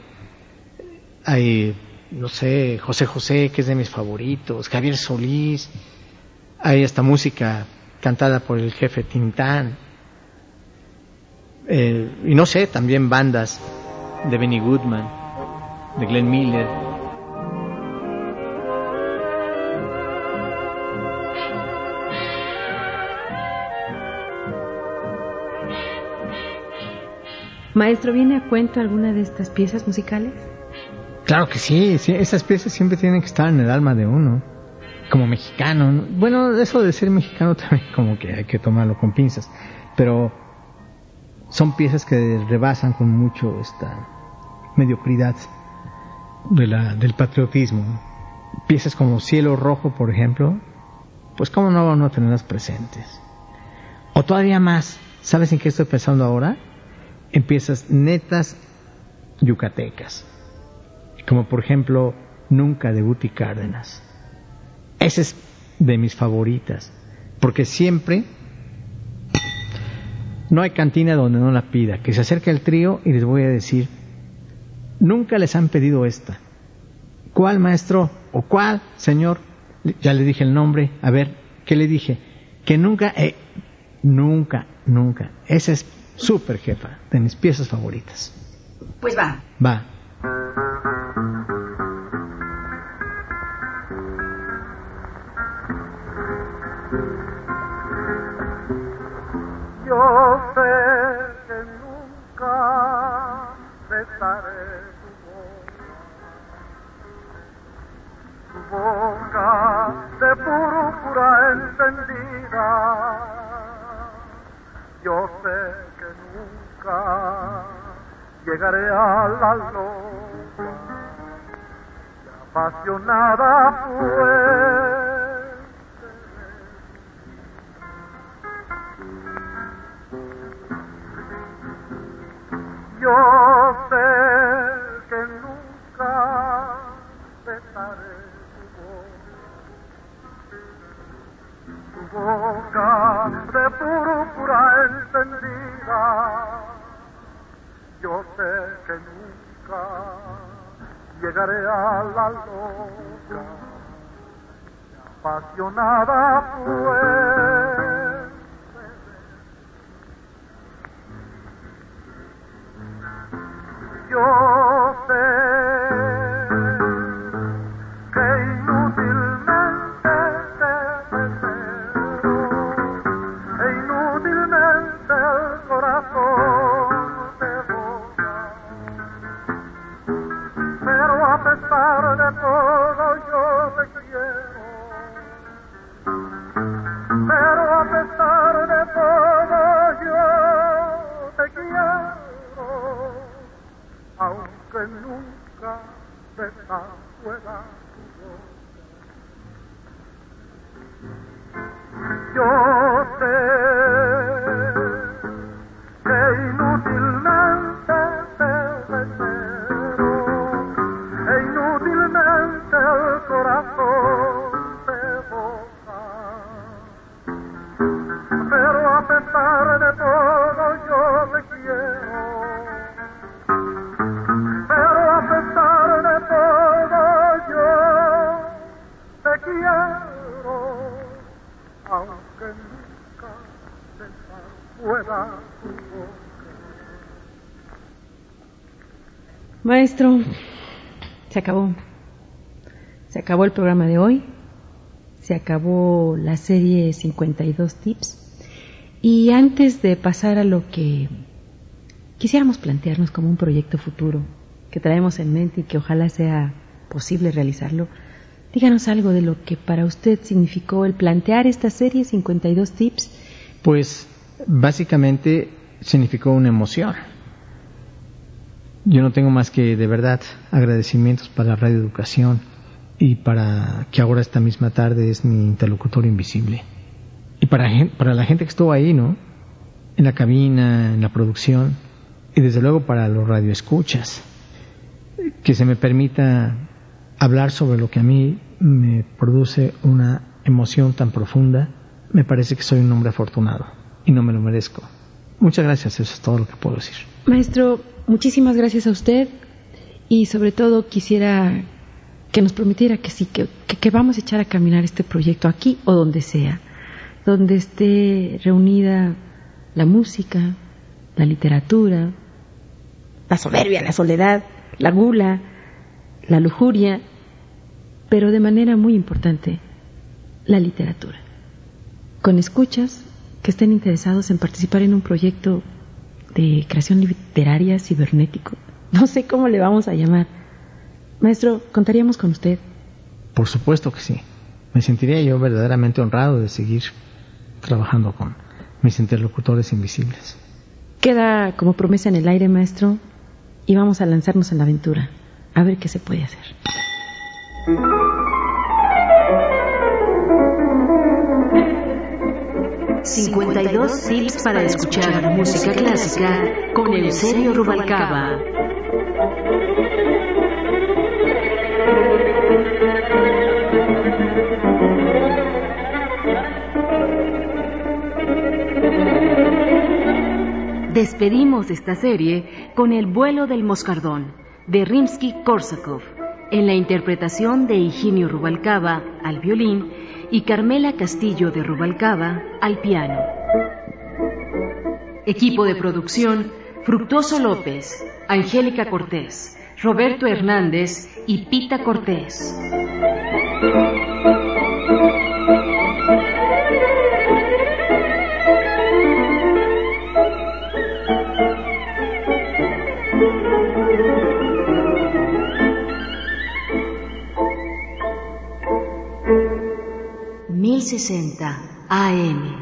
hay, no sé, José José, que es de mis favoritos, Javier Solís, hay esta música cantada por el jefe Tintán, eh, y no sé, también bandas de Benny Goodman, de Glenn Miller. Maestro, ¿viene a cuento alguna de estas piezas musicales? Claro que sí, sí, esas piezas siempre tienen que estar en el alma de uno, como mexicano, ¿no? Bueno, eso de ser mexicano también como que hay que tomarlo con pinzas, pero son piezas que rebasan con mucho esta mediocridad de la, del patriotismo, ¿no? Piezas como Cielo Rojo, por ejemplo, pues cómo no van a tenerlas presentes. O todavía más, ¿sabes en qué estoy pensando ahora? En piezas netas yucatecas, como por ejemplo Nunca de Guti Cárdenas. Esa es de mis favoritas, porque siempre no hay cantina donde no la pida, que se acerque el trío y les voy a decir, nunca les han pedido esta. ¿Cuál, maestro? ¿O cuál, señor? Ya le dije el nombre. A ver, ¿qué le dije? Que nunca, eh, nunca, nunca. Esa es súper jefa, de mis piezas favoritas. Pues va. Va. Yo sé que nunca besaré tu boca, tu boca de púrpura encendida. Yo sé que nunca llegaré a la loca y apasionada fuente. Yo sé de púrpura encendida. Yo sé que nunca llegaré a la loca, apasionada fue. Yo sé que inútilmente te deseo, e inútilmente el corazón te borra, pero a pesar de todo yo te quiero, pero a pesar de todo yo te quiero, aunque nunca besa fuera tu boca. Yo sé que inútilmente te deseo, e inútilmente el corazón te boca, pero a pesar de todo yo te quiero, pero a pesar de todo yo te quiero, aunque nunca besar pueda tu boca. Maestro, se acabó. Se acabó el programa de hoy. Se acabó la serie cincuenta y dos tips. Y antes de pasar a lo que quisiéramos plantearnos como un proyecto futuro que traemos en mente y que ojalá sea posible realizarlo, díganos algo de lo que para usted significó el plantear esta serie cincuenta y dos tips. Pues básicamente significó una emoción. Yo no tengo más que de verdad agradecimientos para Radio Educación y para que ahora esta misma tarde es mi interlocutor invisible. Y para, para la gente que estuvo ahí, ¿no? En la cabina, en la producción, y desde luego para los radioescuchas, que se me permita hablar sobre lo que a mí me produce una emoción tan profunda. Me parece que soy un hombre afortunado y no me lo merezco. Muchas gracias, eso es todo lo que puedo decir. Maestro, muchísimas gracias a usted, y sobre todo quisiera que nos prometiera que sí, que, que, que vamos a echar a caminar este proyecto aquí o donde sea, donde esté reunida la música, la literatura, la soberbia, la soledad, la gula, la lujuria, pero de manera muy importante, la literatura. Con escuchas que estén interesados en participar en un proyecto de creación literaria cibernético. No sé cómo le vamos a llamar. Maestro, ¿contaríamos con usted? Por supuesto que sí. Me sentiría yo verdaderamente honrado de seguir trabajando con mis interlocutores invisibles. Queda como promesa en el aire, maestro, y vamos a lanzarnos en la aventura, a ver qué se puede hacer. cincuenta y dos tips para escuchar música clásica con Eusebio Rubalcaba. Despedimos esta serie con El vuelo del moscardón, de Rimsky-Korsakov, en la interpretación de Higinio Rubalcaba al violín y Carmela Castillo de Rubalcaba al piano. Equipo de producción: Fructuoso López, Angélica Cortés, Roberto Hernández y Pita Cortés. mil sesenta A M